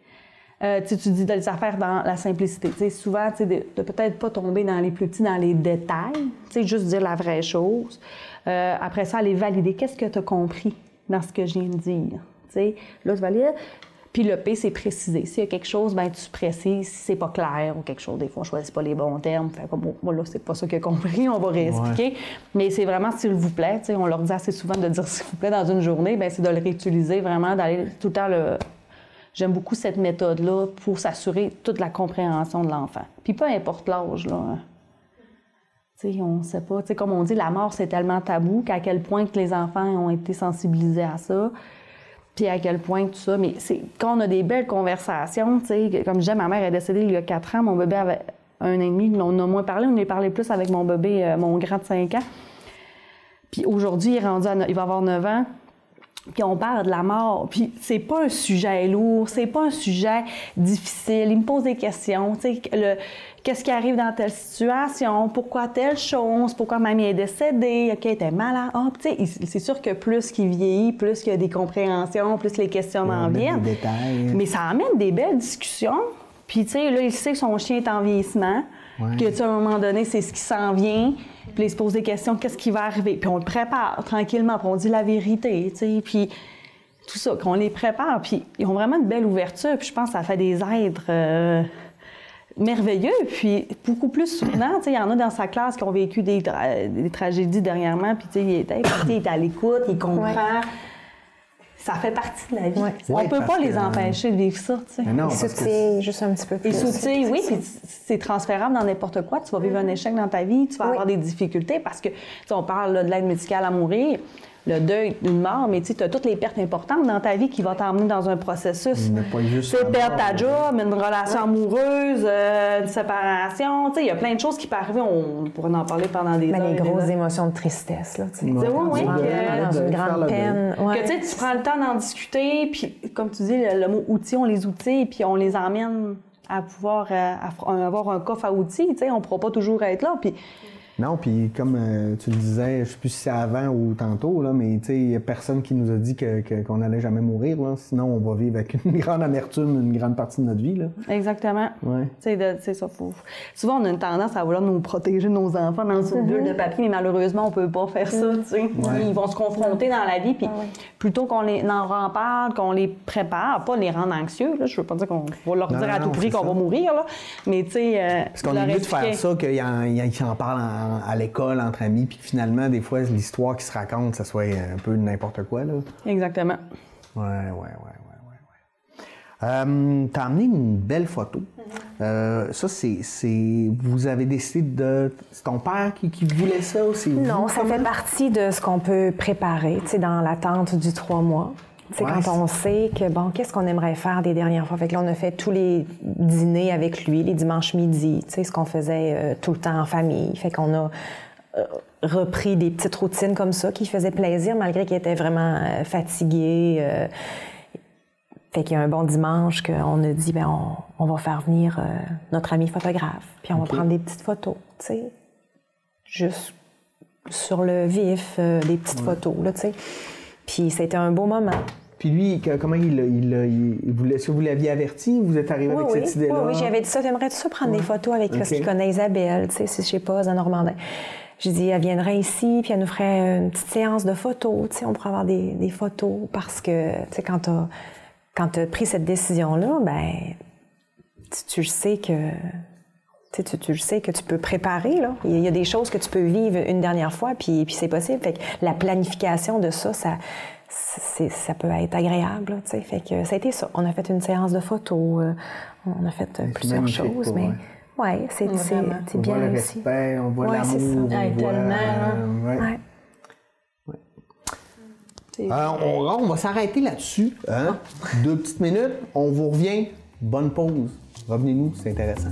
Euh, tu dis de les affaires dans la simplicité. T'sais, souvent, de, de peut-être pas tomber dans les plus petits, dans les détails. Juste dire la vraie chose. Euh, après ça, aller valider. Qu'est-ce que tu as compris dans ce que je viens de dire? T'sais, là, tu vas lire... Puis le P, c'est préciser. S'il y a quelque chose, bien, tu précises. Si c'est pas clair ou quelque chose, des fois, on ne choisit pas les bons termes. Fait comme, bon, là, c'est pas ça qu'il a compris, on va réexpliquer. Ouais. Mais c'est vraiment s'il vous plaît. T'sais, on leur dit assez souvent de dire s'il vous plaît dans une journée. Bien, c'est de le réutiliser vraiment, d'aller tout le temps le... J'aime beaucoup cette méthode-là pour s'assurer toute la compréhension de l'enfant. Puis peu importe l'âge, là. T'sais, on ne sait pas. T'sais, comme on dit, la mort, c'est tellement tabou qu'à quel point que les enfants ont été sensibilisés à ça. Puis à quel point tout ça. Mais c'est, quand on a des belles conversations, tu sais, comme je disais, ma mère est décédée il y a quatre ans, mon bébé avait un an et demi, on a moins parlé, on a parlé plus avec mon bébé, euh, mon grand de cinq ans. Puis aujourd'hui, il est rendu à, il va avoir neuf ans. Puis on parle de la mort, puis c'est pas un sujet lourd, c'est pas un sujet difficile. Il me pose des questions, tu sais, le, qu'est-ce qui arrive dans telle situation, pourquoi telle chose, pourquoi mamie est décédée, OK, elle était malade. Ah, tu sais, c'est sûr que plus qu'il vieillit, plus qu'il y a des compréhensions, plus les questionnements viennent. Des détails. Mais ça amène des belles discussions. Puis, tu sais, là, il sait que son chien est en vieillissement, ouais. que, tu sais, à un moment donné, c'est ce qui s'en vient. Puis il se pose des questions, qu'est-ce qui va arriver? Puis on le prépare tranquillement, puis on dit la vérité, tu sais, puis tout ça, qu'on les prépare. Puis ils ont vraiment une belle ouverture, puis je pense que ça fait des êtres euh, merveilleux. Puis beaucoup plus souvent, tu sais, il y en a dans sa classe qui ont vécu des, tra- des tragédies dernièrement, puis tu sais, il était, il est à l'écoute, il comprend. Ouais. Ça fait partie de la vie. Ouais. On ne peut pas les empêcher de vivre ça. Tu sais. Ils s'outillent juste un petit peu plus. Ils s'outillent, oui, puis c'est transférable dans n'importe quoi. Tu vas vivre un échec dans ta vie, tu vas oui. avoir des difficultés parce que, tu sais, on parle là, de l'aide médicale à mourir, le deuil d'une mort, mais tu as toutes les pertes importantes dans ta vie qui vont t'emmener dans un processus. Tu sais, perdre ta job, une relation oui. amoureuse, euh, une séparation, tu sais, il y a plein de choses qui peuvent arriver. On pourrait en parler pendant des mais heures. Les grosses des émotions de tristesse, là, tu sais. Oui, oui, que, dans une grande peine. Ouais. Que tu sais, tu prends le temps d'en discuter, puis comme tu dis, le, le mot outil, on les outille, puis on les emmène à pouvoir euh, à avoir un coffre à outils, tu sais, on ne pourra pas toujours être là, puis... Non, puis comme euh, tu le disais, je ne sais plus si c'est avant ou tantôt, là, mais il n'y a personne qui nous a dit que, que, qu'on n'allait jamais mourir. Là. Sinon, on va vivre avec une grande amertume une grande partie de notre vie. Là. Exactement. Ouais. C'est ça. Faut... Souvent, on a une tendance à vouloir nous protéger nos enfants dans une bulle de papier, mais malheureusement, on ne peut pas faire ça. Ouais. Ils vont se confronter dans la vie, puis ouais. plutôt qu'on les, en remparle, qu'on les prépare, pas les rendre anxieux. Là. Je ne veux pas dire qu'on va leur non, dire à tout prix qu'on ça. va mourir, là. Mais tu sais... Euh, Parce qu'on est mieux de faire ça qu'ils en, ils en parlent en à l'école, entre amis, puis finalement, des fois, l'histoire qui se raconte, ça soit un peu n'importe quoi, là. Exactement. Ouais, ouais, ouais, ouais, ouais. Euh, t'as amené une belle photo. Mm-hmm. Euh, ça, c'est, c'est... Vous avez décidé de... C'est ton père qui, qui voulait ça ou c'est vous? Non, ça fait partie de ce qu'on peut préparer, tu sais, dans l'attente du trois mois. C'est ouais, quand on sait que, bon, qu'est-ce qu'on aimerait faire des dernières fois? Fait que là, on a fait tous les dîners avec lui, les dimanches midi, tu sais, ce qu'on faisait euh, tout le temps en famille. Fait qu'on a euh, repris des petites routines comme ça qui faisaient plaisir, malgré qu'il était vraiment euh, fatigué. Euh... Fait qu'il y a un bon dimanche qu'on a dit, bien, on, on va faire venir euh, notre ami photographe, puis on okay. va prendre des petites photos, tu sais, juste sur le vif, euh, des petites ouais. photos, là, tu sais. Puis c'était un beau moment. Puis lui, comment il, il, il, il voulait, est-ce que vous l'aviez averti ou vous êtes arrivé oui, avec oui. cette idée-là? Oui, oui, j'avais dit ça, j'aimerais tout ça prendre ouais. des photos avec, okay. parce qu'il connaît Isabelle, tu sais, si je sais pas, à Normandin. J'ai dit, elle viendrait ici, puis elle nous ferait une petite séance de photos, tu sais, on pourrait avoir des, des photos, parce que, tu sais, quand t'as, quand t'as pris cette décision-là, ben tu, tu le sais que... Tu, tu, tu le sais que tu peux préparer, là. Il y a des choses que tu peux vivre une dernière fois, puis, puis c'est possible. Fait que la planification de ça, ça, c'est, ça peut être agréable, là, tu sais. Fait que ça a été ça. On a fait une séance de photos, euh, on a fait euh, plusieurs choses, mais... Oui, c'est, c'est, c'est bien le aussi. Respect, on voit ouais, l'amour, c'est ça. on ouais, voit... Tellement, euh, ouais. Ouais. Ouais. Euh, on, on va s'arrêter là-dessus. Hein? Deux petites minutes, on vous revient. Bonne pause. Revenez-nous, c'est intéressant.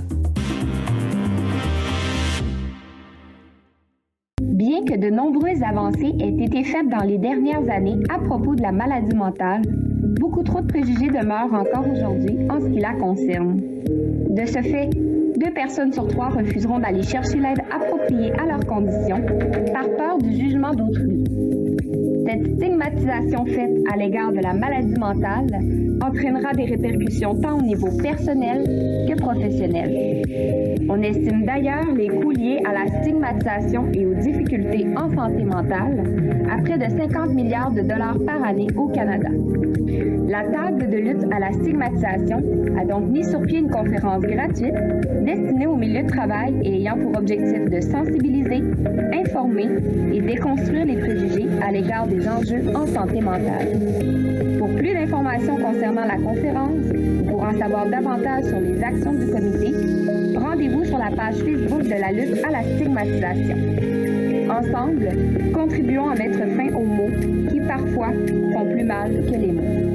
Bien que de nombreuses avancées aient été faites dans les dernières années à propos de la maladie mentale, beaucoup trop de préjugés demeurent encore aujourd'hui en ce qui la concerne. De ce fait, deux personnes sur trois refuseront d'aller chercher l'aide appropriée à leurs conditions par peur du jugement d'autrui. Cette stigmatisation faite à l'égard de la maladie mentale entraînera des répercussions tant au niveau personnel que professionnel. On estime d'ailleurs les coûts liés à la stigmatisation et aux difficultés en santé mentale à près de cinquante milliards de dollars par année au Canada. La table de lutte à la stigmatisation a donc mis sur pied une conférence gratuite destinée au milieu de travail et ayant pour objectif de sensibiliser, informer et déconstruire les préjugés à l'égard des enjeux en santé mentale. Pour plus d'informations concernant la conférence ou pour en savoir davantage sur les actions du comité, rendez-vous sur la page Facebook de la lutte à la stigmatisation. Ensemble, contribuons à mettre fin aux mots qui parfois font plus mal que les mots.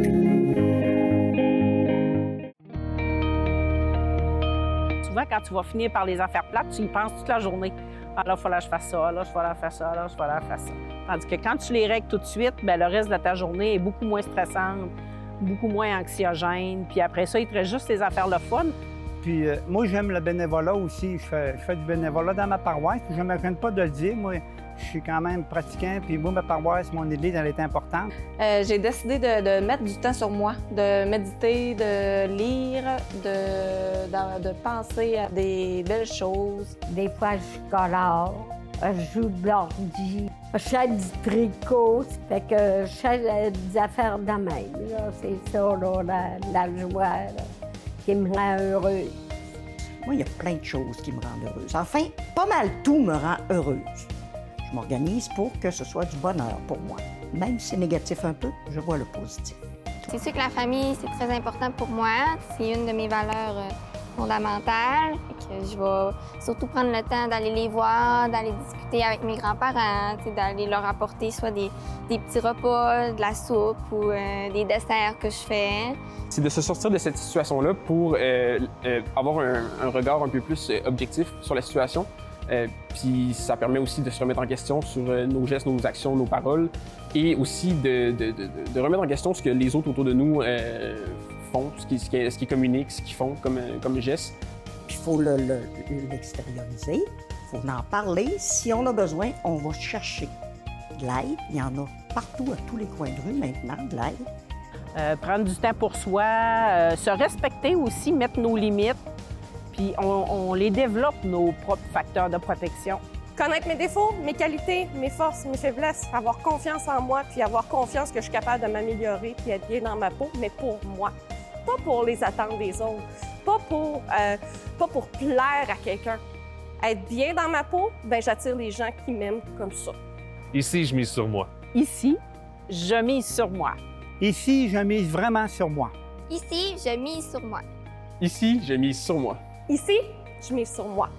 Souvent, quand tu vas finir par les affaires plates, tu y penses toute la journée. Ah là, il faut que je fasse ça, là, je vais faire ça, là, je vais faire ça. Tandis que quand tu les règles tout de suite, bien, le reste de ta journée est beaucoup moins stressante, beaucoup moins anxiogène. Puis après ça, il te reste juste les affaires le fun. Puis euh, moi, j'aime le bénévolat aussi. Je fais, je fais du bénévolat dans ma paroisse. Puis je ne me gêne pas de le dire. Moi, je suis quand même pratiquant. Puis moi, ma paroisse, mon église, elle est importante. Euh, j'ai décidé de, de mettre du temps sur moi, de méditer, de lire, de, de, de penser à des belles choses. Des fois, je colore, je joue de l'ordi, je fais du tricot. Fait que je fais des affaires de même. Là. C'est ça, là, la, la joie. Là, qui me rend heureuse. Moi, il y a plein de choses qui me rendent heureuse. Enfin, pas mal tout me rend heureuse. Je m'organise pour que ce soit du bonheur pour moi. Même si c'est négatif un peu, je vois le positif. C'est sûr que la famille, c'est très important pour moi. C'est une de mes valeurs fondamentales. Que je vais surtout prendre le temps d'aller les voir, d'aller discuter avec mes grands-parents, d'aller leur apporter soit des, des petits repas, de la soupe ou euh, des desserts que je fais. C'est de se sortir de cette situation-là pour euh, euh, avoir un, un regard un peu plus euh, objectif sur la situation. Euh, puis ça permet aussi de se remettre en question sur euh, nos gestes, nos actions, nos paroles et aussi de, de, de, de remettre en question ce que les autres autour de nous euh, font, ce qu'ils ce qui communiquent, ce qu'ils font comme, comme gestes. Il faut le, le, l'extérioriser, il faut en parler. Si on a besoin, on va chercher de l'aide. Il y en a partout, à tous les coins de rue maintenant, de l'aide. Euh, prendre du temps pour soi, euh, se respecter aussi, mettre nos limites, puis on, on les développe, nos propres facteurs de protection. Connaître mes défauts, mes qualités, mes forces, mes faiblesses, avoir confiance en moi, puis avoir confiance que je suis capable de m'améliorer puis être bien dans ma peau, mais pour moi, pas pour les attentes des autres. Pas pour, euh, pas pour plaire à quelqu'un. Être bien dans ma peau, ben j'attire les gens qui m'aiment comme ça. Ici, je mise sur moi. Ici, je mise sur moi. Ici, je mise vraiment sur moi. Ici, je mise sur moi. Ici, je mise sur moi. Ici, je mise sur moi.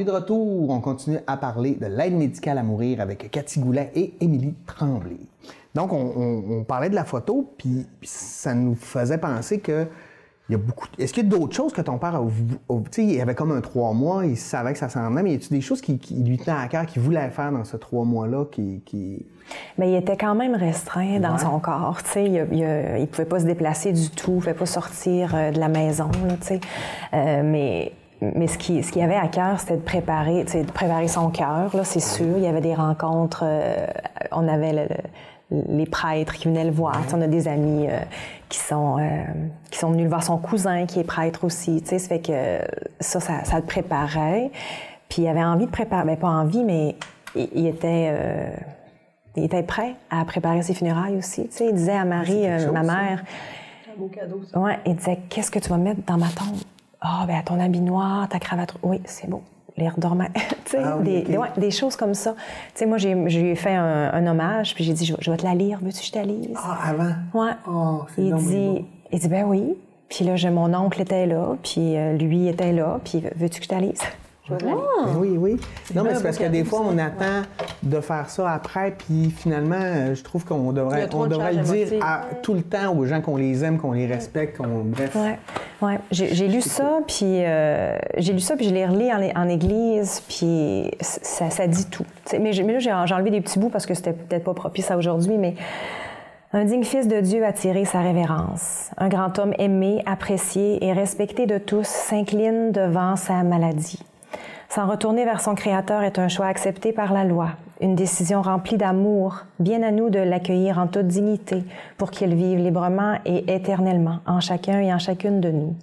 est de retour. On continue à parler de l'aide médicale à mourir avec Cathy Goulet et Émilie Tremblay. Donc, on, on, on parlait de la photo, puis, puis ça nous faisait penser que il y a beaucoup... Est-ce qu'il y a d'autres choses que ton père a... a tu sais, il avait comme un trois mois, il savait que ça s'en venait, mais y a-t-il des choses qui, qui lui tenaient à cœur, qu'il voulait faire dans ce trois mois-là, qui... qui... Bien, il était quand même restreint dans Ouais. son corps, tu sais. Il, il, il pouvait pas se déplacer du tout, il pouvait pas sortir euh, de la maison, là, tu sais. Euh, mais... Mais ce qui, ce qui avait à cœur, c'était de préparer, tu sais, de préparer son cœur, là, c'est sûr. Il y avait des rencontres, euh, on avait le, le, les prêtres qui venaient le voir. Tu sais, on a des amis euh, qui, sont, euh, qui sont venus le voir, son cousin qui est prêtre aussi. Tu sais, ça fait que ça, ça, ça le préparait. Puis il avait envie de préparer, bien pas envie, mais il, il était... Euh, il était prêt à préparer ses funérailles aussi. Tu sais, il disait à Marie, euh, chose, ma ça. mère... C'est un beau cadeau, ça. Ouais, il disait, qu'est-ce que tu vas mettre dans ma tombe? Ah, ben ton habit noir, ta cravate. Oui, c'est beau. Les redormants. tu sais, Ah oui, des, ok. des, ouais, des choses comme ça. Tu sais, moi, j'ai, j'ai fait un, un hommage, puis j'ai dit, je, je vais te la lire. Veux-tu que je te la lise? Ah, avant? Ouais. Oh, c'est il donc bien dit, beau. il dit, ben oui. Puis là, j'ai, mon oncle était là, puis euh, lui était là, puis veux-tu que je te la lise? Je vais te la lire. Ben oui, oui. Non, mais un c'est parce beau que des cadeau, fois, ça. on attend de faire ça après, puis finalement, euh, je trouve qu'on Il y devrait, a trop on de devrait le charge dire émotive. à- tout le temps aux gens qu'on les aime, qu'on les respecte, qu'on... Bref. Ouais, ouais. J'ai, j'ai lu ça, puis euh, j'ai lu ça, puis je l'ai relis en, en église, puis ça, ça dit tout. T'sais, mais, j'ai- mais là, j'ai, j'ai enlevé des petits bouts parce que c'était peut-être pas propice à aujourd'hui, mais un digne fils de Dieu a tiré sa révérence. Un grand homme aimé, apprécié et respecté de tous s'incline devant sa maladie. S'en retourner vers son Créateur est un choix accepté par la loi, une décision remplie d'amour, bien à nous de l'accueillir en toute dignité pour qu'il vive librement et éternellement en chacun et en chacune de nous.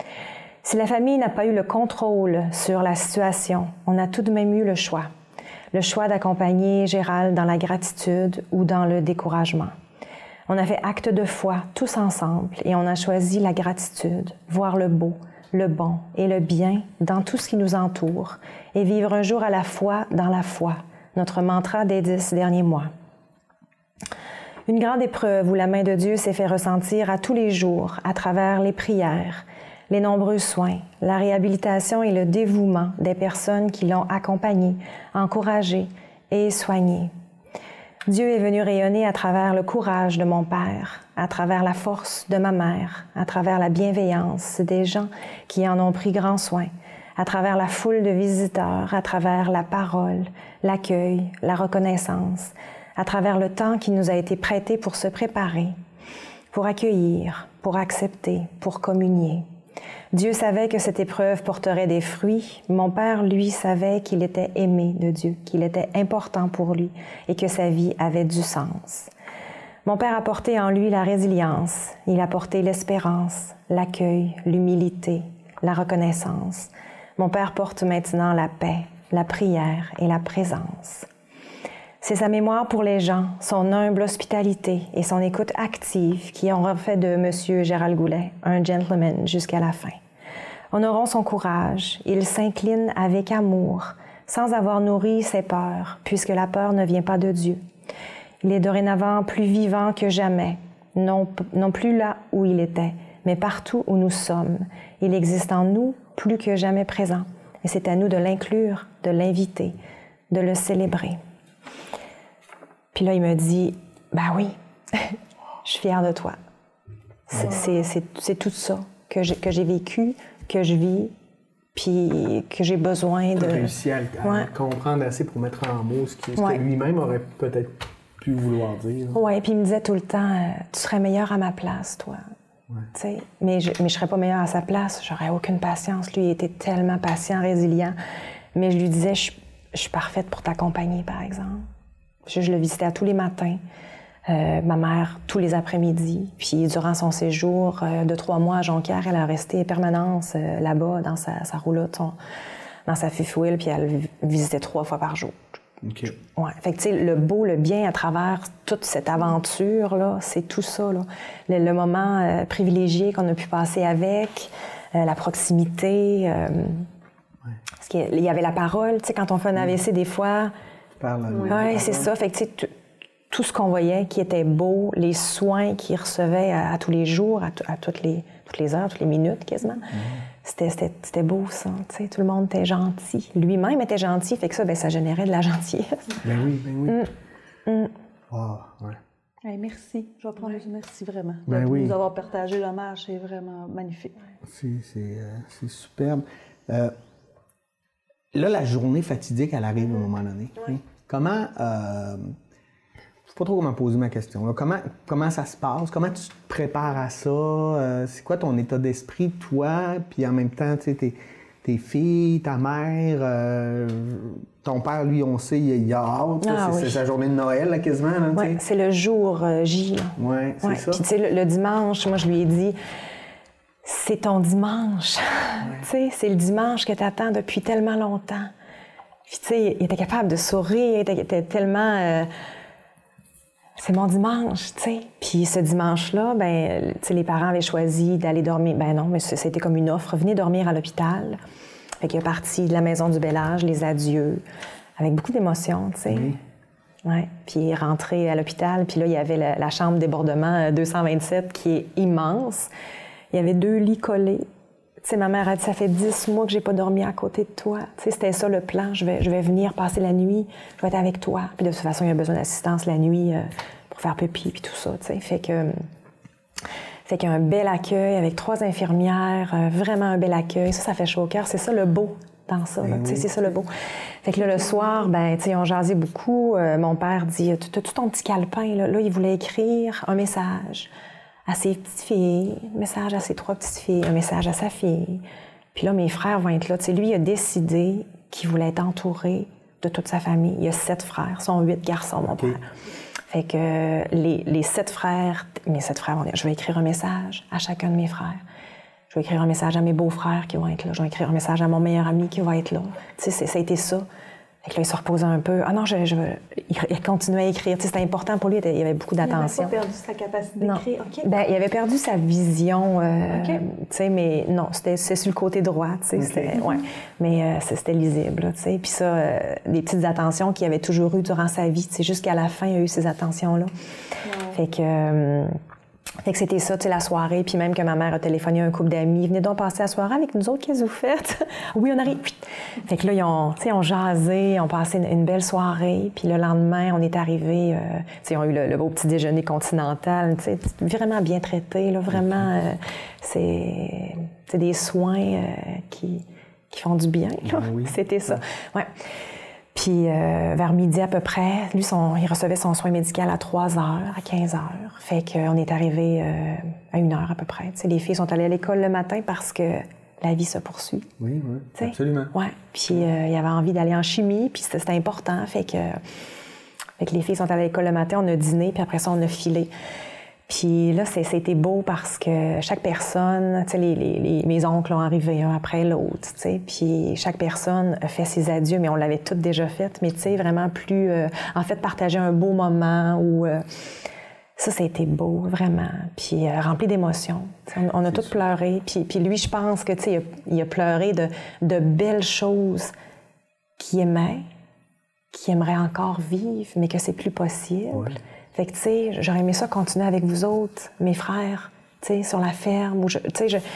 Si la famille n'a pas eu le contrôle sur la situation, on a tout de même eu le choix. Le choix d'accompagner Gérald dans la gratitude ou dans le découragement. On a fait acte de foi tous ensemble et on a choisi la gratitude, voir le beau, le bon et le bien dans tout ce qui nous entoure et vivre un jour à la fois dans la foi, notre mantra des dix derniers mois. Une grande épreuve où la main de Dieu s'est fait ressentir à tous les jours à travers les prières, les nombreux soins, la réhabilitation et le dévouement des personnes qui l'ont accompagné, encouragé et soigné. Dieu est venu rayonner à travers le courage de mon père, à travers la force de ma mère, à travers la bienveillance des gens qui en ont pris grand soin, à travers la foule de visiteurs, à travers la parole, l'accueil, la reconnaissance, à travers le temps qui nous a été prêté pour se préparer, pour accueillir, pour accepter, pour communier. Dieu savait que cette épreuve porterait des fruits. Mon père, lui, savait qu'il était aimé de Dieu, qu'il était important pour lui et que sa vie avait du sens. Mon père a porté en lui la résilience, il a porté l'espérance, l'accueil, l'humilité, la reconnaissance. Mon père porte maintenant la paix, la prière et la présence. C'est sa mémoire pour les gens, son humble hospitalité et son écoute active qui ont fait de M. Gérald Goulet un gentleman jusqu'à la fin. Honorons son courage, il s'incline avec amour, sans avoir nourri ses peurs, puisque la peur ne vient pas de Dieu. Il est dorénavant plus vivant que jamais, non, non plus là où il était, mais partout où nous sommes. Il existe en nous plus que jamais présent, et c'est à nous de l'inclure, de l'inviter, de le célébrer. Puis là, il me dit, « Ben oui, je suis fière de toi. C'est, c'est, c'est, c'est tout ça que j'ai, que j'ai vécu, que je vis, puis que j'ai besoin de... » Tu as réussi à, à Ouais. comprendre assez pour mettre en mots ce, qui, ce Ouais. que lui-même aurait peut-être pu vouloir dire. Oui, puis il me disait tout le temps, euh, tu serais meilleure à ma place, toi. Ouais. Tu sais, mais je ne serais pas meilleure à sa place, j'aurais aucune patience. Lui, il était tellement patient, résilient. Mais je lui disais, je, je suis parfaite pour t'accompagner, par exemple. Je, je le visitais à tous les matins. Euh, ma mère, tous les après-midi. Puis durant son séjour euh, de trois mois à Jonquière, elle a resté permanence euh, là-bas, dans sa, sa roulotte, son- dans sa fifth wheel, puis elle vi- visitait trois fois par jour. OK. Ouais. Fait que, tu sais, le beau, le bien à travers toute cette aventure-là, c'est tout ça, là. Le, le moment euh, privilégié qu'on a pu passer avec, euh, la proximité. Euh, parce qu'il y avait la parole, tu sais, quand on fait un A V C, des fois... Parle, Oui, c'est ça. Fait que, tu sais, tout- tout ce qu'on voyait qui était beau, les soins qu'il recevait à, à tous les jours, à, t- à toutes, les, toutes les heures, toutes les minutes quasiment, C'était, c'était, c'était beau, ça. T'sais, tout le monde était gentil. Lui-même était gentil, fait que ça, ben, ça générait de la gentillesse. Ben oui, ben oui. Mm. Mm. Wow, ouais. Hey, merci. Je vais prendre le merci vraiment. Ben de oui. nous avoir partagé l'hommage, c'est vraiment magnifique. C'est, c'est, euh, c'est superbe. Euh, là, la journée fatidique, elle arrive à un moment donné. Oui. Comment... Euh, je ne sais pas trop comment poser ma question. Là. Comment, comment ça se passe? Comment tu te prépares à ça? Euh, c'est quoi ton état d'esprit, toi? Puis en même temps, tu sais, tes, tes filles, ta mère, euh, ton père, lui, on sait, il a hâte. Ah, c'est, oui. c'est sa journée de Noël, là, quasiment. Là, ouais, c'est le jour euh, J. Oui, c'est ouais. ça. Puis tu sais, le, le dimanche, moi, je lui ai dit, c'est ton dimanche. Ouais. Tu sais, c'est le dimanche que tu attends depuis tellement longtemps. Puis tu sais, il était capable de sourire, il était, il était tellement... Euh, c'est mon dimanche, tu sais. Puis ce dimanche-là, ben, tu sais, les parents avaient choisi d'aller dormir. Ben non, mais c'était comme une offre. Venez dormir à l'hôpital. Fait qu'il est parti de la maison du Bel Âge, les adieux, avec beaucoup d'émotion, tu sais. Oui. Ouais. Puis il est rentré à l'hôpital. Puis là, il y avait la, la chambre débordement deux cent vingt-sept qui est immense. Il y avait deux lits collés. Tu sais, ma mère a dit, ça fait dix mois que j'ai pas dormi à côté de toi. Tu sais, c'était ça le plan. Je vais, je vais venir passer la nuit. Je vais être avec toi. Puis de toute façon, il y a besoin d'assistance la nuit euh, pour faire pipi puis tout ça, tu sais. Fait que... Fait qu'il y a un bel accueil avec trois infirmières, euh, vraiment un bel accueil. Ça, ça fait chaud au cœur. C'est ça le beau dans ça. Ben oui. C'est ça le beau. Fait que là, le soir, ben, tu sais, on jasait beaucoup. Euh, mon père dit, t'as-tu ton petit calepin? Là? Là, il voulait écrire un message à ses petites filles, un message à ses trois petites filles, un message à sa fille. Puis là, mes frères vont être là. Tu sais, lui, il a décidé qu'il voulait être entouré de toute sa famille. Il y a sept frères, sont huit garçons, mon okay. père. Fait que les, les sept frères, mes sept frères vont dire, je vais écrire un message à chacun de mes frères. Je vais écrire un message à mes beaux-frères qui vont être là. Je vais écrire un message à mon meilleur ami qui va être là. Tu sais, ça a été ça. Fait que là, il se reposait un peu. Ah non, je, je, il continuait à écrire. Tu sais, c'était important pour lui. Il y avait beaucoup d'attention. Il n'avait pas perdu sa capacité d'écrire? Okay. Ben, il avait perdu sa vision. Euh, okay. Tu sais, mais non, c'était c'est sur le côté droit. Tu sais, okay. ouais. Mais euh, c'était lisible. Tu sais. Puis ça, euh, des petites attentions qu'il avait toujours eues durant sa vie. Tu sais, jusqu'à la fin, il a eu ces attentions-là. Wow. Fait que... Euh, Fait que c'était ça, tu sais, la soirée, puis même que ma mère a téléphoné à un couple d'amis. Venez donc passer la soirée avec nous autres, qu'est-ce que vous faites? Oui, on arrive. Fait que là, ils ont, tu sais, on jasé, on passé une, une belle soirée, puis le lendemain, on est arrivés, euh, tu sais, ils ont eu le, le beau petit déjeuner continental, tu sais, vraiment bien traité, là, vraiment, euh, c'est, c'est des soins euh, qui, qui font du bien, là. Oui. C'était ça, ouais. Puis euh, vers midi à peu près, lui, son, il recevait son soin médical à trois heures, à quinze heures. Fait qu'on est arrivé euh, à une heure à peu près. Tu sais, les filles sont allées à l'école le matin parce que la vie se poursuit. Oui, oui, t'sais? Absolument. Oui, puis euh, il avait envie d'aller en chimie, puis c'était important. Fait que, fait que les filles sont allées à l'école le matin, on a dîné, puis après ça, on a filé. Puis là, c'était beau parce que chaque personne, tu sais, les, les, les, mes oncles ont arrivé un après l'autre, tu sais, puis chaque personne a fait ses adieux, mais on l'avait toutes déjà faites, mais tu sais, vraiment plus, euh, en fait, partager un beau moment où euh, ça, ça a été beau, vraiment, puis euh, rempli d'émotions. On, on a toutes pleuré, puis, puis lui, je pense que, tu sais, il, il a pleuré de, de belles choses qu'il aimait, qu'il aimerait encore vivre, mais que c'est plus possible. Ouais. Fait que, tu sais, j'aurais aimé ça continuer avec vous autres, mes frères, tu sais, sur la ferme. Tu sais, je,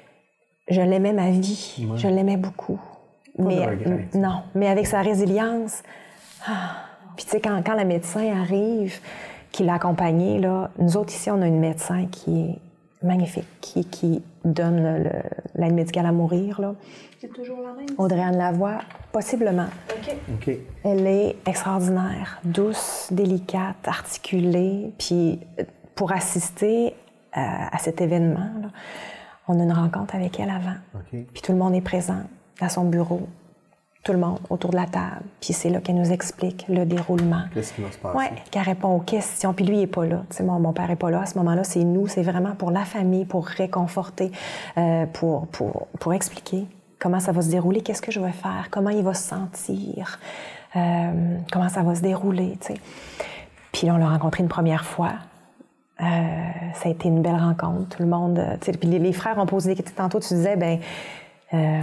je l'aimais ma vie. Ouais. Je l'aimais beaucoup. Pas mais de regret, non, mais avec sa résilience. Ah, puis, tu sais, quand, quand le médecin arrive, qui l'a accompagné, là, nous autres, ici, on a une médecin qui est magnifique, qui, qui donne l'aide médicale à mourir, là. C'est toujours la même? Audrey-Anne Lavoie, possiblement. OK. OK. Elle est extraordinaire, douce, délicate, articulée. Puis pour assister à, à cet événement, là, on a une rencontre avec elle avant. OK. Puis tout le monde est présent à son bureau. Tout le monde autour de la table. Puis c'est là qu'elle nous explique le déroulement. Qu'est-ce qui va se passer? Oui, qu'elle répond aux questions. Puis lui, il n'est pas là. Tu sais, mon, mon père n'est pas là à ce moment-là. C'est nous. C'est vraiment pour la famille, pour réconforter, euh, pour, pour, pour expliquer comment ça va se dérouler, qu'est-ce que je vais faire, comment il va se sentir, euh, comment ça va se dérouler, tu sais. Puis là, on l'a rencontré une première fois. Euh, ça a été une belle rencontre. Tout le monde... Tu sais, puis les, les frères ont posé des questions. Tantôt, tu disais, ben euh,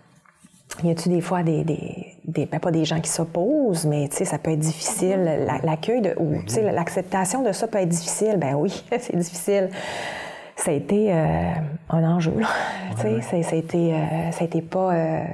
y a-tu des fois des... des, des ben, pas des gens qui s'opposent, mais tu sais, ça peut être difficile. L'accueil, de, ou tu sais, l'acceptation de ça peut être difficile. Ben oui, c'est difficile. ça a été euh, un enjeu, là. Ouais, ouais. Ça, ça a été, euh, ça a été pas... Euh...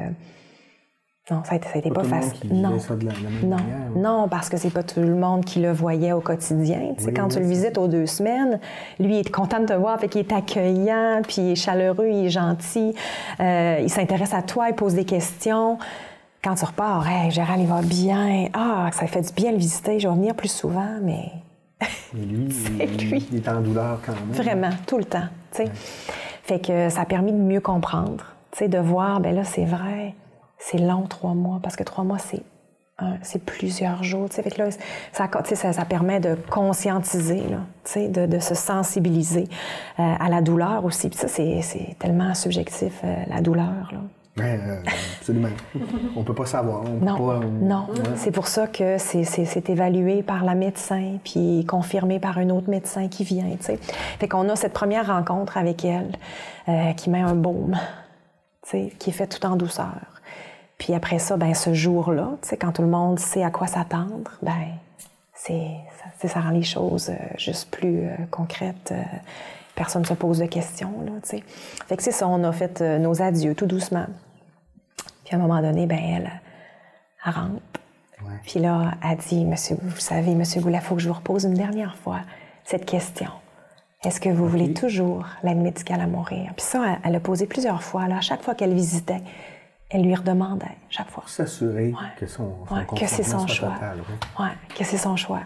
Non, ça a été, ça a été pas, pas facile. Non, ça de la, la même non, manière, ouais. non, parce que c'est pas tout le monde qui le voyait au quotidien. Oui, quand oui, tu le visites aux deux semaines, lui, il est content de te voir, fait qu'il est accueillant, puis il est chaleureux, il est gentil, euh, il s'intéresse à toi, il pose des questions. Quand tu repars, hey, Gérald, il va bien. Ah, ça fait du bien le visiter, je vais venir plus souvent, mais... Mais lui, c'est il, lui. il est en douleur quand même. Vraiment, tout le temps, tu sais. Ouais. Fait que ça a permis de mieux comprendre, tu sais, de voir, ben là, c'est vrai... C'est long, trois mois, parce que trois mois, c'est, un, c'est plusieurs jours. Fait que là, ça, ça, ça permet de conscientiser, là, de, de se sensibiliser euh, à la douleur aussi. Puis ça, c'est, c'est tellement subjectif, euh, la douleur. Là. Oui, euh, absolument. On ne peut pas savoir. On non, peut pas, on... non. Ouais. C'est pour ça que c'est, c'est, c'est évalué par la médecin, puis confirmé par un autre médecin qui vient. T'sais. Fait qu'on a cette première rencontre avec elle euh, qui met un baume, t'sais, qui est fait tout en douceur. Puis après ça, ben ce jour-là, tu sais, quand tout le monde sait à quoi s'attendre, ben c'est ça, ça rend les choses euh, juste plus euh, concrètes. Euh, personne ne se pose de questions, là, tu sais. Fait que c'est ça, on a fait euh, nos adieux tout doucement. Puis à un moment donné, ben elle, elle rentre. Ouais. Puis là, elle dit, Monsieur, vous savez, Monsieur Goulet, il faut que je vous repose une dernière fois cette question. Est-ce que vous okay. voulez toujours l'aide médicale à mourir? Puis ça, elle, elle a posé plusieurs fois, là, à chaque fois qu'elle visitait. Elle lui redemandait chaque fois. S'assurer ouais. que son, son ouais, que c'est son choix. Total, oui. ouais, que c'est son choix.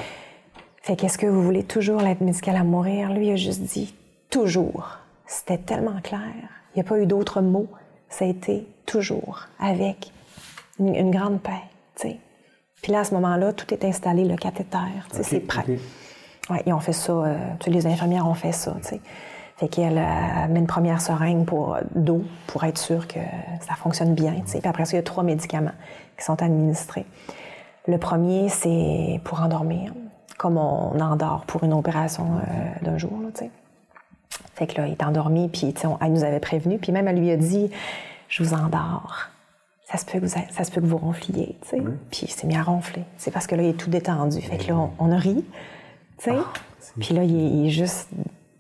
Fait qu'est-ce que vous voulez toujours l'aide médicale à mourir? Lui, il a juste dit toujours. C'était tellement clair. Il n'y a pas eu d'autres mots. Ça a été toujours, avec une, une grande paix, tu sais. Puis là, à ce moment-là, tout est installé, le cathéter, tu sais, okay, c'est prêt. Okay. Ouais, ils ont fait ça, euh, toutes les infirmières ont fait ça, tu sais. Fait qu'elle euh, met une première seringue pour, d'eau pour être sûre que ça fonctionne bien. T'sais. Puis après ça, il y a trois médicaments qui sont administrés. Le premier, c'est pour endormir, comme on endort pour une opération euh, d'un jour. Là, t'sais. Fait que là, il est endormi, puis on, elle nous avait prévenu. Puis même, elle lui a dit, je vous endors. Ça se peut que vous, ça se peut que vous ronfliez. T'sais. Oui. Puis il s'est mis à ronfler. C'est parce que là, il est tout détendu. Fait que là, on, on a ri. T'sais. Ah, puis là, il est, il est juste...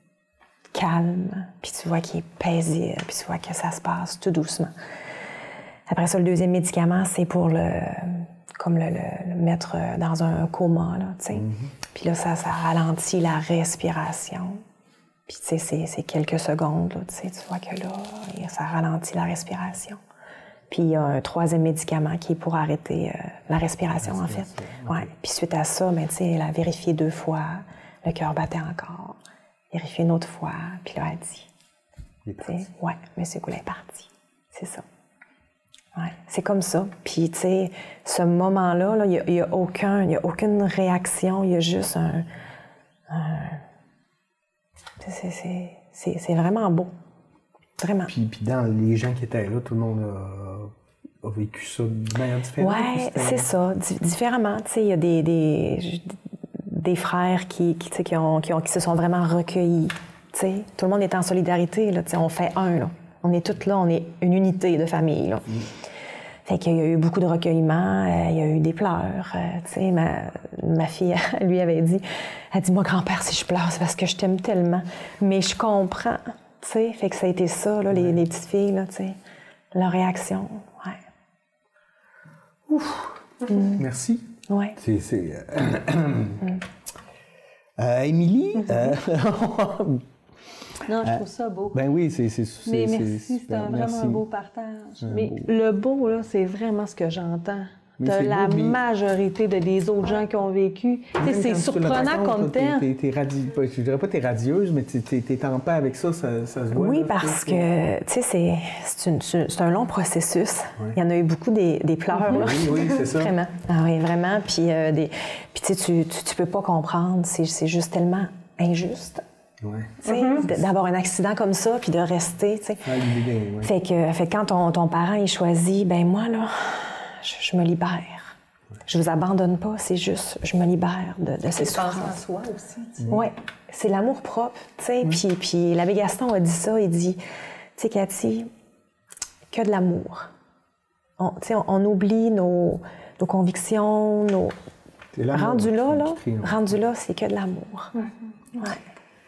calme, puis tu vois qu'il est paisible, puis tu vois que ça se passe tout doucement. Après ça, le deuxième médicament, c'est pour le, comme le, le, le mettre dans un coma, là, tu sais. Mm-hmm. Puis là, ça, ça ralentit la respiration. Puis, tu sais, c'est, c'est quelques secondes, là, tu sais, tu vois que là, ça ralentit la respiration. Puis, il y a un troisième médicament qui est pour arrêter euh, la respiration, en fait. Okay. Ouais. Puis, suite à ça, ben, tu sais, elle a vérifié deux fois, le cœur battait encore. Vérifier une autre fois, puis là, elle dit... Il est parti. Ouais, M. Goulet est parti. C'est ça. Ouais, c'est comme ça. Puis, tu sais, ce moment-là, il n'y a, a, aucun, y a aucune réaction, il y a juste un... un... C'est, c'est, c'est, c'est vraiment beau. Vraiment. Puis, puis dans les gens qui étaient là, tout le monde a, a vécu ça de manière différente? Oui, c'est ça, D- différemment. Tu sais, il y a des... des des frères qui, qui, qui, ont, qui, ont, qui se sont vraiment recueillis. T'sais. Tout le monde est en solidarité. Là, on fait un. Là. On est toutes là, on est une unité de famille. Là. Mm. Fait qu'il y a eu beaucoup de recueillements, euh, il y a eu des pleurs. Euh, ma, ma fille, lui, avait dit, elle dit, moi, grand-père, si je pleure, c'est parce que je t'aime tellement. Mais je comprends. T'sais. Fait que ça a été ça, là, les, les petites filles, là, leur réaction. Ouais. Ouf. Mm. Merci. Ouais. C'est... c'est euh... mm. Euh, Émilie? Mm-hmm. euh... non, je trouve ça beau. Ben oui, c'est... c'est, c'est Mais c'est, merci, c'est c'est un, vraiment merci. un beau partage. Un Mais beau. le beau, là, c'est vraiment ce que j'entends. De la beau, mais... majorité de des autres gens qui ont vécu. C'est surprenant qu'on t'aime. T'es, t'es radi... Je dirais pas que t'es radieuse, mais t'es, t'es, t'es en paix avec ça, ça, ça se voit. Oui, là, parce que, tu sais, c'est, c'est, une, c'est un long processus. Ouais. Il y en a eu beaucoup des, des pleurs, oui, là. Oui, oui, c'est ça. Vraiment. Ah oui, vraiment. Puis, euh, des... Puis tu sais, tu, tu, tu peux pas comprendre. C'est, c'est juste tellement injuste. Ouais. Mm-hmm. D'avoir un accident comme ça, puis de rester, tu sais. Ouais, ouais. Fait que, fait que quand ton, ton parent, il choisit, ben moi, là, je, je me libère. Je vous abandonne pas, c'est juste, je me libère de, de ces souffrances. C'est en soi aussi. Oui, c'est l'amour propre, tu sais. Mm. Puis, puis l'abbé Gaston a dit ça, il dit, tu sais, Cathy, que de l'amour. On, tu sais, on, on oublie nos, nos convictions, nos... Rendu là, là, rendu là, c'est que de l'amour. Mm-hmm. Ouais.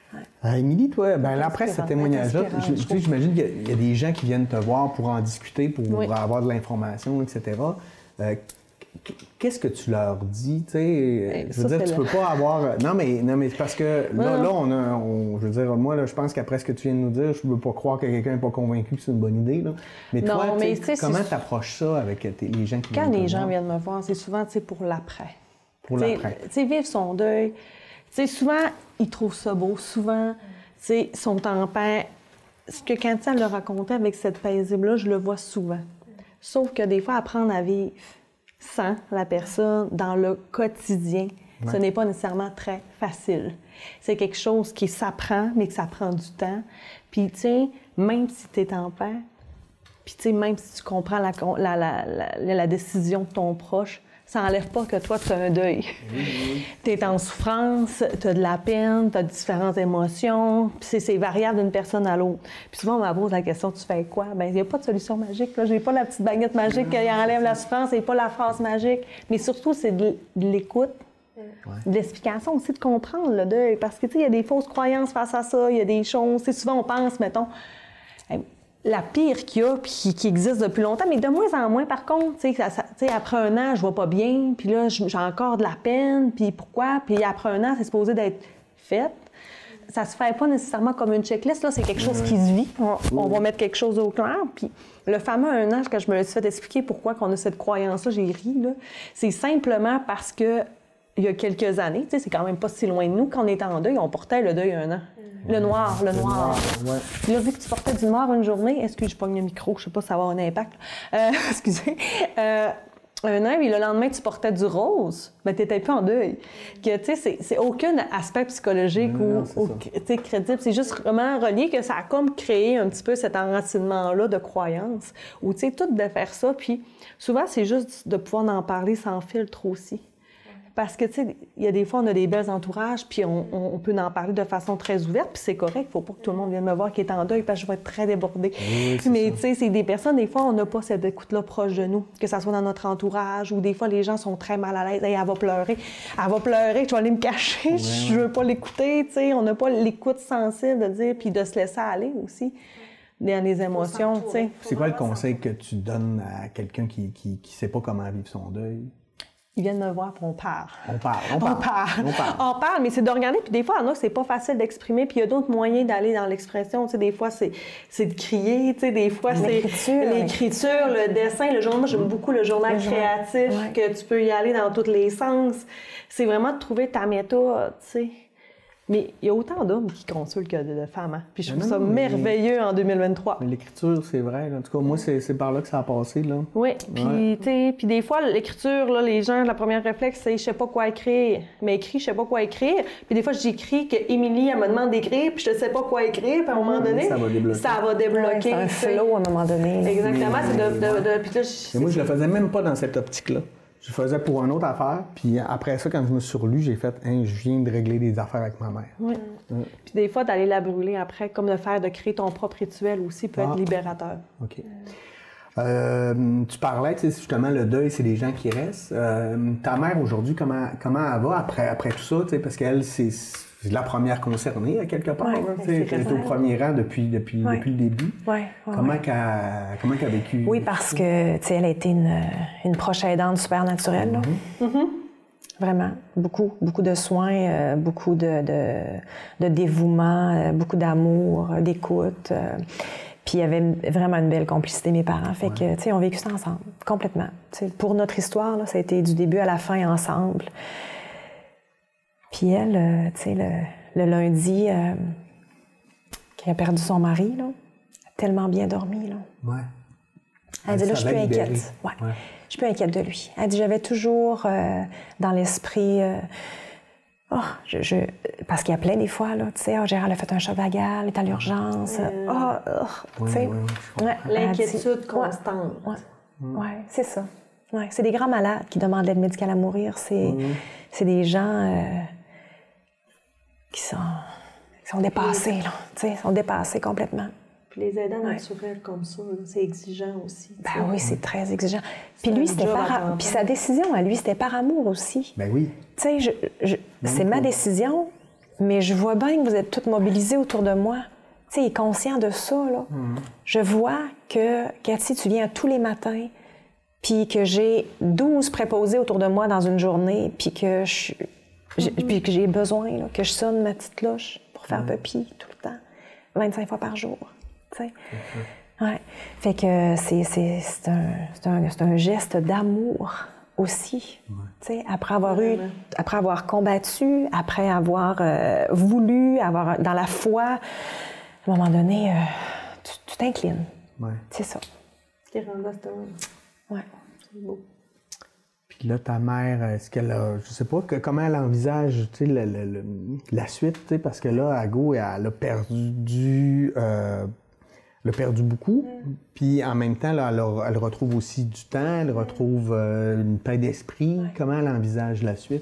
Euh, Émilie, toi, ben, là, après ce témoignage-là, j'imagine qu'il y a des gens qui viennent te voir pour en discuter, pour oui. avoir de l'information, et cetera. Euh, Qu'est-ce que tu leur dis? Hey, je veux ça, dire, tu là. peux pas avoir. Non, mais, non, mais c'est parce que là, là on a. On, je veux dire, moi, là, je pense qu'après ce que tu viens de nous dire, je ne veux pas croire que quelqu'un n'est pas convaincu que c'est une bonne idée. Là. Mais non, toi, mais comment tu approches ça avec les gens qui Quand viennent les te gens voir? viennent me voir, c'est souvent pour l'après. Pour l'après. Tu sais, vivre son deuil. Tu sais, souvent, ils trouvent ça beau. Souvent, tu sais, sont en paix. Ce que Canty le racontait avec cette paisible-là, je le vois souvent. Sauf que des fois, apprendre à vivre sans la personne dans le quotidien, ouais. ce n'est pas nécessairement très facile. C'est quelque chose qui s'apprend, mais que ça prend du temps. Puis, tu sais, même si tu es en paix, puis, tu sais, même si tu comprends la, la, la, la, la décision de ton proche, ça n'enlève pas que toi, tu as un deuil. Oui. Tu es en souffrance, tu as de la peine, tu as différentes émotions, puis c'est variable d'une personne à l'autre. Puis souvent, on me pose la question, tu fais quoi? Bien, il n'y a pas de solution magique. Je n'ai pas la petite baguette magique qui enlève la souffrance, et pas la phrase magique. Mais surtout, c'est de l'écoute, ouais. de l'explication aussi, de comprendre le deuil. Parce que, tu sais, il y a des fausses croyances face à ça, il y a des choses. Souvent, on pense, mettons, la pire qu'il y a, puis qui, qui existe depuis longtemps, mais de moins en moins, par contre, tu sais, après un an, je vais pas bien, puis là, j'ai encore de la peine, puis pourquoi? Puis après un an, c'est supposé d'être fait. Ça se fait pas nécessairement comme une checklist, là, c'est quelque chose qui se vit. On, on va mettre quelque chose au clair, puis le fameux un an, quand je me suis fait expliquer pourquoi on a cette croyance-là, j'ai ri, là, c'est simplement parce que il y a quelques années, tu sais, c'est quand même pas si loin de nous, quand on était en deuil, on portait le deuil un an. Le noir, le, le noir. noir ouais. Puis là, vu que tu portais du noir une journée, excuse, je pogne le micro, je sais pas si ça va avoir un impact. Euh, excusez. Euh, un an, puis le lendemain, tu portais du rose, mais tu n'étais plus en deuil. Que, tu sais, c'est aucun aspect psychologique non, ou, ou crédible. C'est juste vraiment relié que ça a comme créé un petit peu cet enracinement-là de croyances. Ou, tu sais, tout de faire ça. Puis souvent, c'est juste de pouvoir en parler sans filtre aussi. Parce que, tu sais, il y a des fois, on a des belles entourages, puis on, on, on peut en parler de façon très ouverte, puis c'est correct. Il ne faut pas que tout le monde vienne me voir qui est en deuil, parce que je vais être très débordée. Oui, mais, tu sais, c'est des personnes, des fois, on n'a pas cette écoute-là proche de nous, que ça soit dans notre entourage, ou des fois, les gens sont très mal à l'aise. Hey, elle va pleurer. Elle va pleurer, je vais aller me cacher, oui, je ne veux pas l'écouter, tu sais. On n'a pas l'écoute sensible de dire, puis de se laisser aller aussi dans les émotions, tu sais. C'est quoi le conseil que tu donnes à quelqu'un qui ne qui, qui sait pas comment vivre son deuil? Ils viennent me voir, puis on parle. On parle, on parle. On parle, on parle. On parle, mais c'est de regarder. Puis des fois, il y en a que c'est pas facile d'exprimer, puis il y a d'autres moyens d'aller dans l'expression. Tu sais, des fois, c'est de crier, tu sais, des fois, c'est l'écriture, le dessin. Le journal, moi, j'aime beaucoup le journal le créatif, ouais. que tu peux y aller dans tous les sens. C'est vraiment de trouver ta méthode, tu sais. Mais il y a autant d'hommes qui consultent que de femmes. Hein? Puis je trouve non, ça non, merveilleux mais... en deux mille vingt-trois. Mais l'écriture, c'est vrai. Là. En tout cas, moi, c'est par là que ça a passé. Là. Oui. Puis, ouais. tu sais, puis des fois, l'écriture, les gens, la première réflexe, c'est « je sais pas quoi écrire ». Mais écrit, je sais pas quoi écrire. Puis des fois, j'écris que Émilie, elle me demande d'écrire, puis je sais pas quoi écrire. Puis à un moment donné, ça va débloquer. Ça va débloquer. C'est un flow à un moment donné. Exactement. C'est de, de, de, puis là, je... Mais moi, je le faisais même pas dans cette optique-là. Je le faisais pour une autre affaire, puis après ça, quand je me suis relu, j'ai fait hein, « je viens de régler des affaires avec ma mère oui. ». Oui. Puis des fois, d'aller la brûler après, comme de faire, de créer ton propre rituel aussi, peut ah. être libérateur. OK. Euh, tu parlais, tu sais, justement, le deuil, c'est des gens qui restent. Euh, ta mère, aujourd'hui, comment, comment elle va après, après tout ça? Tu sais, parce qu'elle, c'est la première concernée, à quelque part. Ouais, elle est au premier rang depuis, depuis, ouais. depuis le début. Ouais, ouais, comment ouais. qu'elle comment qu'elle a vécu? Oui, parce que, tu sais, elle a été une, une proche aidante super naturelle. Mm-hmm. Mm-hmm. Vraiment. Beaucoup, beaucoup de soins, euh, beaucoup de, de, de dévouement, euh, beaucoup d'amour, euh, d'écoute. Euh, Puis il y avait vraiment une belle complicité, mes parents. Fait ouais. que, tu sais, on a vécu ça ensemble, complètement. T'sais, pour notre histoire, là, ça a été du début à la fin ensemble. Puis elle, euh, tu sais, le, le lundi, euh, qui a perdu son mari, là, a tellement bien dormi, là. Ouais. Elle, elle dit, là, je suis plus inquiète. Ouais. ouais. Je suis plus inquiète de lui. Elle dit, j'avais toujours euh, dans l'esprit... Euh, oh, je, je... Parce qu'il y a plein des fois, là, tu sais, oh, Gérald a fait un choc vagal, il est à l'urgence. Euh... Oh, oh, tu sais. Ouais, ouais, ouais, l'inquiétude constante. Ouais, mm. ouais c'est ça. Ouais, c'est des grands malades qui demandent l'aide médicale à mourir. C'est mm. des gens euh, qui, sont, qui sont dépassés, là. Tu sais, sont dépassés complètement. Puis les aidants ouais. naturels comme ça, c'est exigeant aussi. Ben oui, c'est très exigeant. Puis lui, c'était par... Puis sa décision à lui, c'était par amour aussi. Ben oui. Tu sais, je, je... c'est ma décision, mais je vois bien que vous êtes toutes mobilisées autour de moi. Tu sais, il est conscient de ça, là. Mm. Je vois que, Cathy, tu viens tous les matins, puis que j'ai douze préposés autour de moi dans une journée, puis que je j'ai, mm-hmm. puis que j'ai besoin, là, que je sonne ma petite cloche pour faire mm. pipi tout le temps, vingt-cinq fois par jour, tu sais. Mm-hmm. Ouais. Fait que c'est, c'est, c'est, un, c'est, un, c'est un geste d'amour aussi, ouais. tu sais, après avoir eu, après avoir combattu, après avoir euh, voulu, avoir dans la foi, à un moment donné, euh, tu, tu t'inclines. Ouais. C'est ça. Qui rend là, c'est ouais. C'est beau. Puis là, ta mère, est-ce qu'elle a, je sais pas que, comment elle envisage, tu sais, le, le, le, la suite, tu sais, parce que là, Ago, elle a perdu. Euh, Elle a perdu beaucoup, mm. puis en même temps, là, elle, a, elle retrouve aussi du temps, elle retrouve euh, une paix d'esprit. Ouais. Comment elle envisage la suite?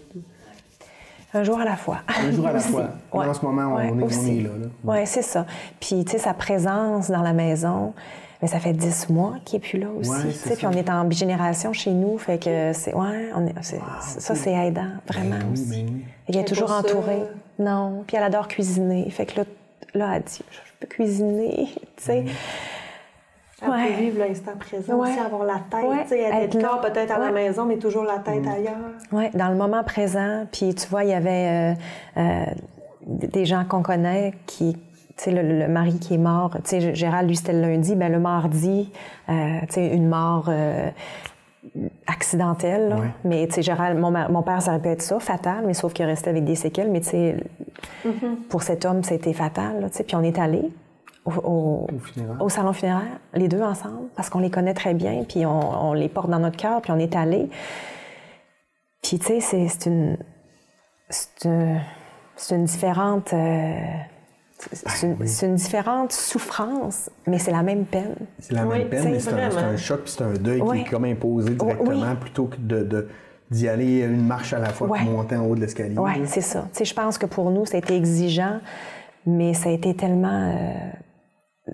Un jour à la fois. Un jour à la fois. Ouais. En ce moment, ouais, on, est, on est là. là. Oui, c'est ça. Puis, tu sais, sa présence dans la maison, mais ça fait dix mois qu'il n'est plus là aussi. Ouais, c'est puis on est en bigénération chez nous, fait que c'est... Ouais, on est, c'est, wow, ça, okay. c'est aidant, vraiment ben, aussi. Oui, ben, oui. Il est toujours entouré. Ça. Non, puis elle adore cuisiner. Fait que là, là elle dit... Je peux cuisiner, tu sais. Mmh. Elle ouais. peut vivre l'instant présent ouais. aussi, avoir la tête, ouais. tu sais, être, être là, peut-être à ouais. la maison, mais toujours la tête mmh. ailleurs. Oui, dans le moment présent. Puis tu vois, il y avait euh, euh, des gens qu'on connaît qui, tu sais, le, le mari qui est mort, tu sais, Gérald, lui, c'était le lundi, bien le mardi, euh, tu sais, une mort... Euh, accidentelle, ouais. mais tu sais, Gérald, mon, mon père, ça aurait pu être ça, fatal, mais sauf qu'il est resté avec des séquelles, mais tu sais, mm-hmm. pour cet homme, c'était fatal, tu sais, puis on est allés au, au, au, au salon funéraire, les deux ensemble, parce qu'on les connaît très bien, puis on, on les porte dans notre cœur, puis on est allés. Puis tu sais, c'est, c'est une... C'est une, c'est une différente... Euh, C'est une, oui. c'est une différente souffrance, mais c'est la même peine. C'est la même oui, peine, mais c'est un, c'est un choc puis c'est un deuil oui. qui est comme imposé directement oui. plutôt que de, de, d'y aller une marche à la fois oui. pour monter en haut de l'escalier. Oui, c'est ça. Tu sais, je pense que pour nous, ça a été exigeant, mais ça a été tellement... Euh,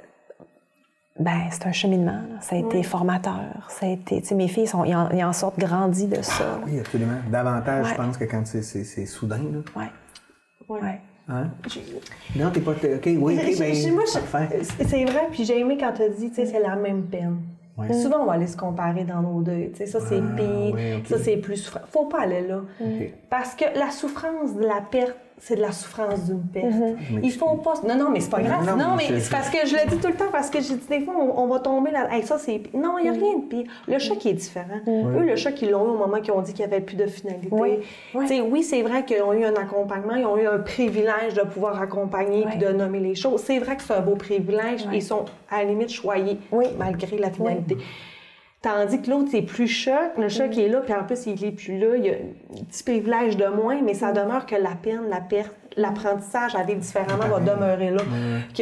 ben, c'est un cheminement. Là. Ça a été oui. formateur. Ça a été... Tu sais, mes filles, sont, ils, en, ils en sortent grandis de ça. Ah, oui, absolument. Davantage, ouais. je pense, que quand c'est, c'est, c'est soudain. Oui. Oui. Ouais. Hein? Non, t'es pas... OK, oui, OK, bien, moi, je, c'est vrai, puis j'ai aimé quand t'as dit, tu sais, c'est la même peine. Ouais. Souvent, on va aller se comparer dans nos deuils. Tu sais, ça, c'est ah, pire, ouais, okay. ça, c'est plus souffrant. Faut pas aller là. Okay. Parce que la souffrance de la perte, c'est de la souffrance d'une perte. Mm-hmm. Il faut pas... Non, non, mais c'est pas grave. Non, non mais, mais c'est parce que je le dis tout le temps, parce que j'ai dit des fois, on, on va tomber là... Hey, ça, c'est pire. Non, il n'y a rien de pire. Le choc est différent. Mm-hmm. Eux, le choc, ils l'ont eu au moment qu'ils ont dit qu'il n'y avait plus de finalité. Oui, oui. oui c'est vrai qu'ils ont eu un accompagnement, ils ont eu un privilège de pouvoir accompagner et de nommer les choses. C'est vrai que c'est un beau privilège. Oui. Ils sont, à la limite, choyés, oui. malgré la finalité. Oui. Tandis que l'autre, c'est plus choc. Le choc mm. est là, puis en plus, il n'est plus là. Il y a un petit privilège de moins, mais ça demeure que la peine, la perte, l'apprentissage à vivre différemment va demeurer là. Mm.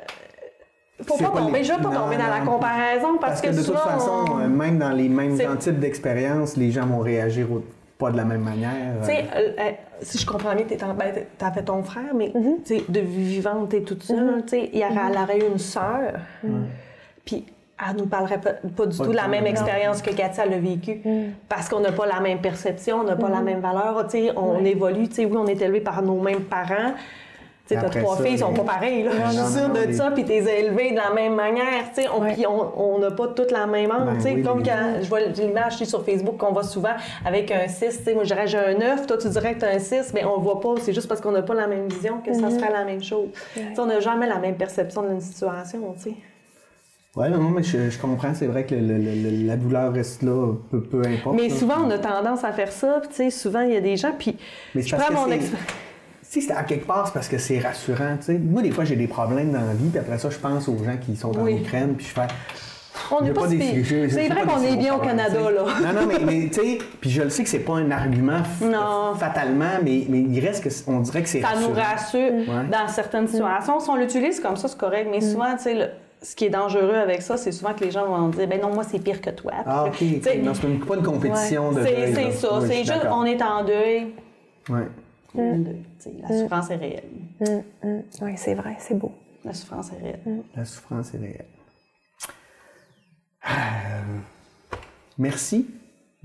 Que... Faut pas tomber, les... je ne veux pas non, tomber non, dans la comparaison, parce, parce que, que de souvent, toute façon, on... même dans les mêmes types d'expériences, les gens vont réagir au... pas de la même manière. Tu sais, euh, euh, si je comprends bien, t'es en... ben, t'as fait ton frère, mais mm-hmm. tu sais, de vivante, t'es toute seule. Mm-hmm. Tu sais, il y aurait, mm-hmm. elle aurait eu une sœur, mm-hmm. puis elle ne nous parlerait pas, pas du pas tout de la même non. expérience que Cathy a vécue. Mm. Parce qu'on n'a pas la même perception, on n'a pas mm. la même valeur. Tu sais, on ouais. évolue. Tu sais, oui, on est élevé par nos mêmes parents. Tu sais, t'as trois ça, filles, ils sont pas pareils, là. Je suis sûre de les... ça, puis t'es élevés de la même manière, tu sais. On, ouais. on n'a pas toutes la même âme, ben, tu sais. Oui, comme quand je vois l'image sur Facebook qu'on voit souvent avec un six, tu sais. Moi, je dirais j'ai un neuf, toi, tu dirais que t'as un six, mais on le voit pas. C'est juste parce qu'on n'a pas la même vision que mm-hmm. ça serait la même chose. Ouais. Tu sais, on n'a jamais la même perception d'une situation, tu sais. Oui, non, mais je, je comprends. C'est vrai que le, le, le, la douleur reste là, peu, peu importe. Mais là, souvent, puis... on a tendance à faire ça. Puis, tu sais, souvent, il y a des gens, puis mais je prends mon expérience. Si c'est à quelque part, c'est parce que c'est rassurant, tu sais. Moi, des fois, j'ai des problèmes dans la vie, puis après ça, je pense aux gens qui sont en oui. Ukraine, puis je fais... On n'est pas, pas des... je, C'est vrai qu'on est bien au Canada, là. Non, non, mais, mais tu sais, puis je le sais que c'est pas un argument f- fatalement, mais, mais il reste que on dirait que c'est ça rassurant. nous rassure ouais. dans certaines situations. Si on l'utilise comme ça, c'est correct, mais souvent, tu sais, le... ce qui est dangereux avec ça, c'est souvent que les gens vont dire « ben non, moi, c'est pire que toi. » Ah, OK. Non, c'est pas une compétition ouais. de c'est, deuil. C'est là. ça. Oui, c'est juste, on est en deuil. Oui. Mm. La souffrance mm. est réelle. Mm. Mm. Oui, c'est vrai, c'est beau. La souffrance est réelle. Mm. La souffrance est réelle. Euh... Merci.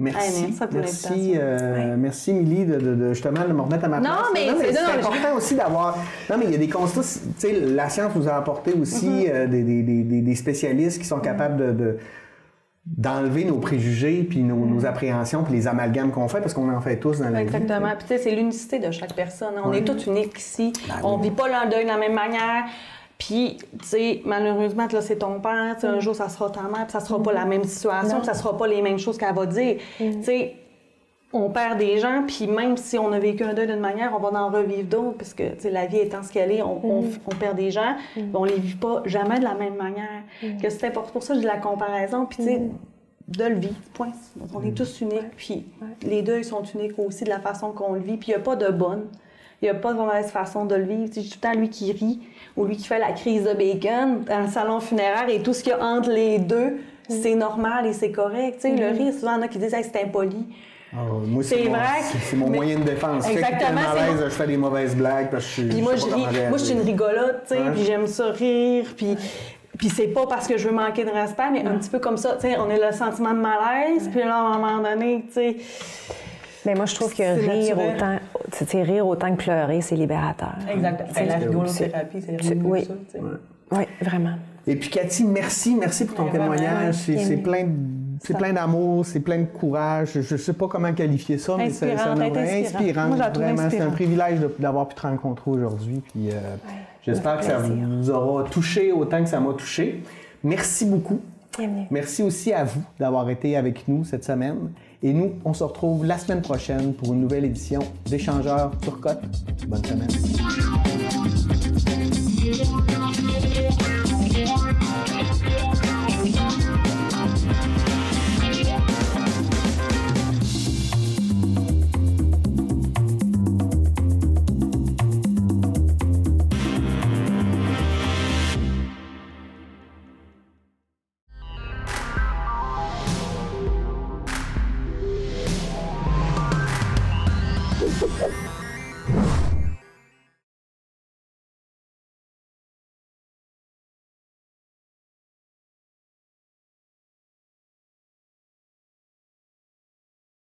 Merci. Hey, merci pour merci, euh, merci, Émilie, de, de, de justement de me remettre à ma non, place. Mais non, mais c'est, c'est non, important je... aussi d'avoir... Non, mais il y a des constats... Tu sais, la science nous a apporté aussi mm-hmm. euh, des, des, des, des spécialistes qui sont capables de... de d'enlever nos préjugés, puis nos, mm. nos appréhensions, puis les amalgames qu'on fait, parce qu'on en fait tous dans la Exactement. vie. Exactement. Puis tu sais, c'est l'unicité de chaque personne. Hein. On ouais. est tous uniques ici. Ben, on oui. vit pas l'un deuil de la même manière. Puis, tu sais, malheureusement, là, c'est ton père. Mm. Un jour, ça sera ta mère, puis ça sera mm. pas la même situation, puis ça sera pas les mêmes choses qu'elle va dire. Mm. Tu sais, on perd des gens, puis même si on a vécu un deuil d'une manière, on va en revivre d'autres, parce que, tu sais, la vie étant ce qu'elle est, on, mm. on, on perd des gens, mm. mais on les vit pas jamais de la même manière. Mm. Que c'est important. Pour ça, je dis la comparaison, puis tu sais, mm. de le vivre, point. On est tous uniques, puis les deuils sont uniques aussi de la façon qu'on le vit, puis il n'y a pas de bonne, il n'y a pas de mauvaise façon de le vivre. C'est tout le temps lui qui rit, ou lui qui fait la crise de bacon dans le salon funéraire, et tout ce qu'il y a entre les deux, mm. c'est normal et c'est correct. Mm. Le rire, souvent, il y en a qui disent hey, « c'est impoli ». Oh, moi, c'est, c'est, mon, vrai c'est, c'est mon mais... moyen de défense. Exactement. Je fais mon... je fais des mauvaises blagues parce que je suis. Puis moi, je ris. Moi, je suis une rigolote, tu sais, ouais. puis j'aime ça rire, puis. Puis c'est pas parce que je veux manquer de respect, mais un petit peu comme ça, tu sais, on a le sentiment de malaise, puis là, à un moment donné, tu sais... Mais moi, je trouve que rire autant, tu sais, rire autant que pleurer, c'est libérateur. Exactement. C'est la rigolothérapie, c'est rire oui. ça, tu sais. Oui. oui, vraiment. Et puis, Cathy, merci, merci pour ton mais témoignage. C'est, c'est plein de... C'est plein d'amour, c'est plein de courage. Je ne sais pas comment qualifier ça, mais c'est, c'est un inspirant. Moi, vraiment, c'est un privilège de, d'avoir pu te rencontrer aujourd'hui. Puis, euh, ouais, j'espère que ça vous aura touché autant que ça m'a touché. Merci beaucoup. Bienvenue. Merci aussi à vous d'avoir été avec nous cette semaine. Et nous, on se retrouve la semaine prochaine pour une nouvelle édition d'Échangeurs Turcotte. Bonne semaine.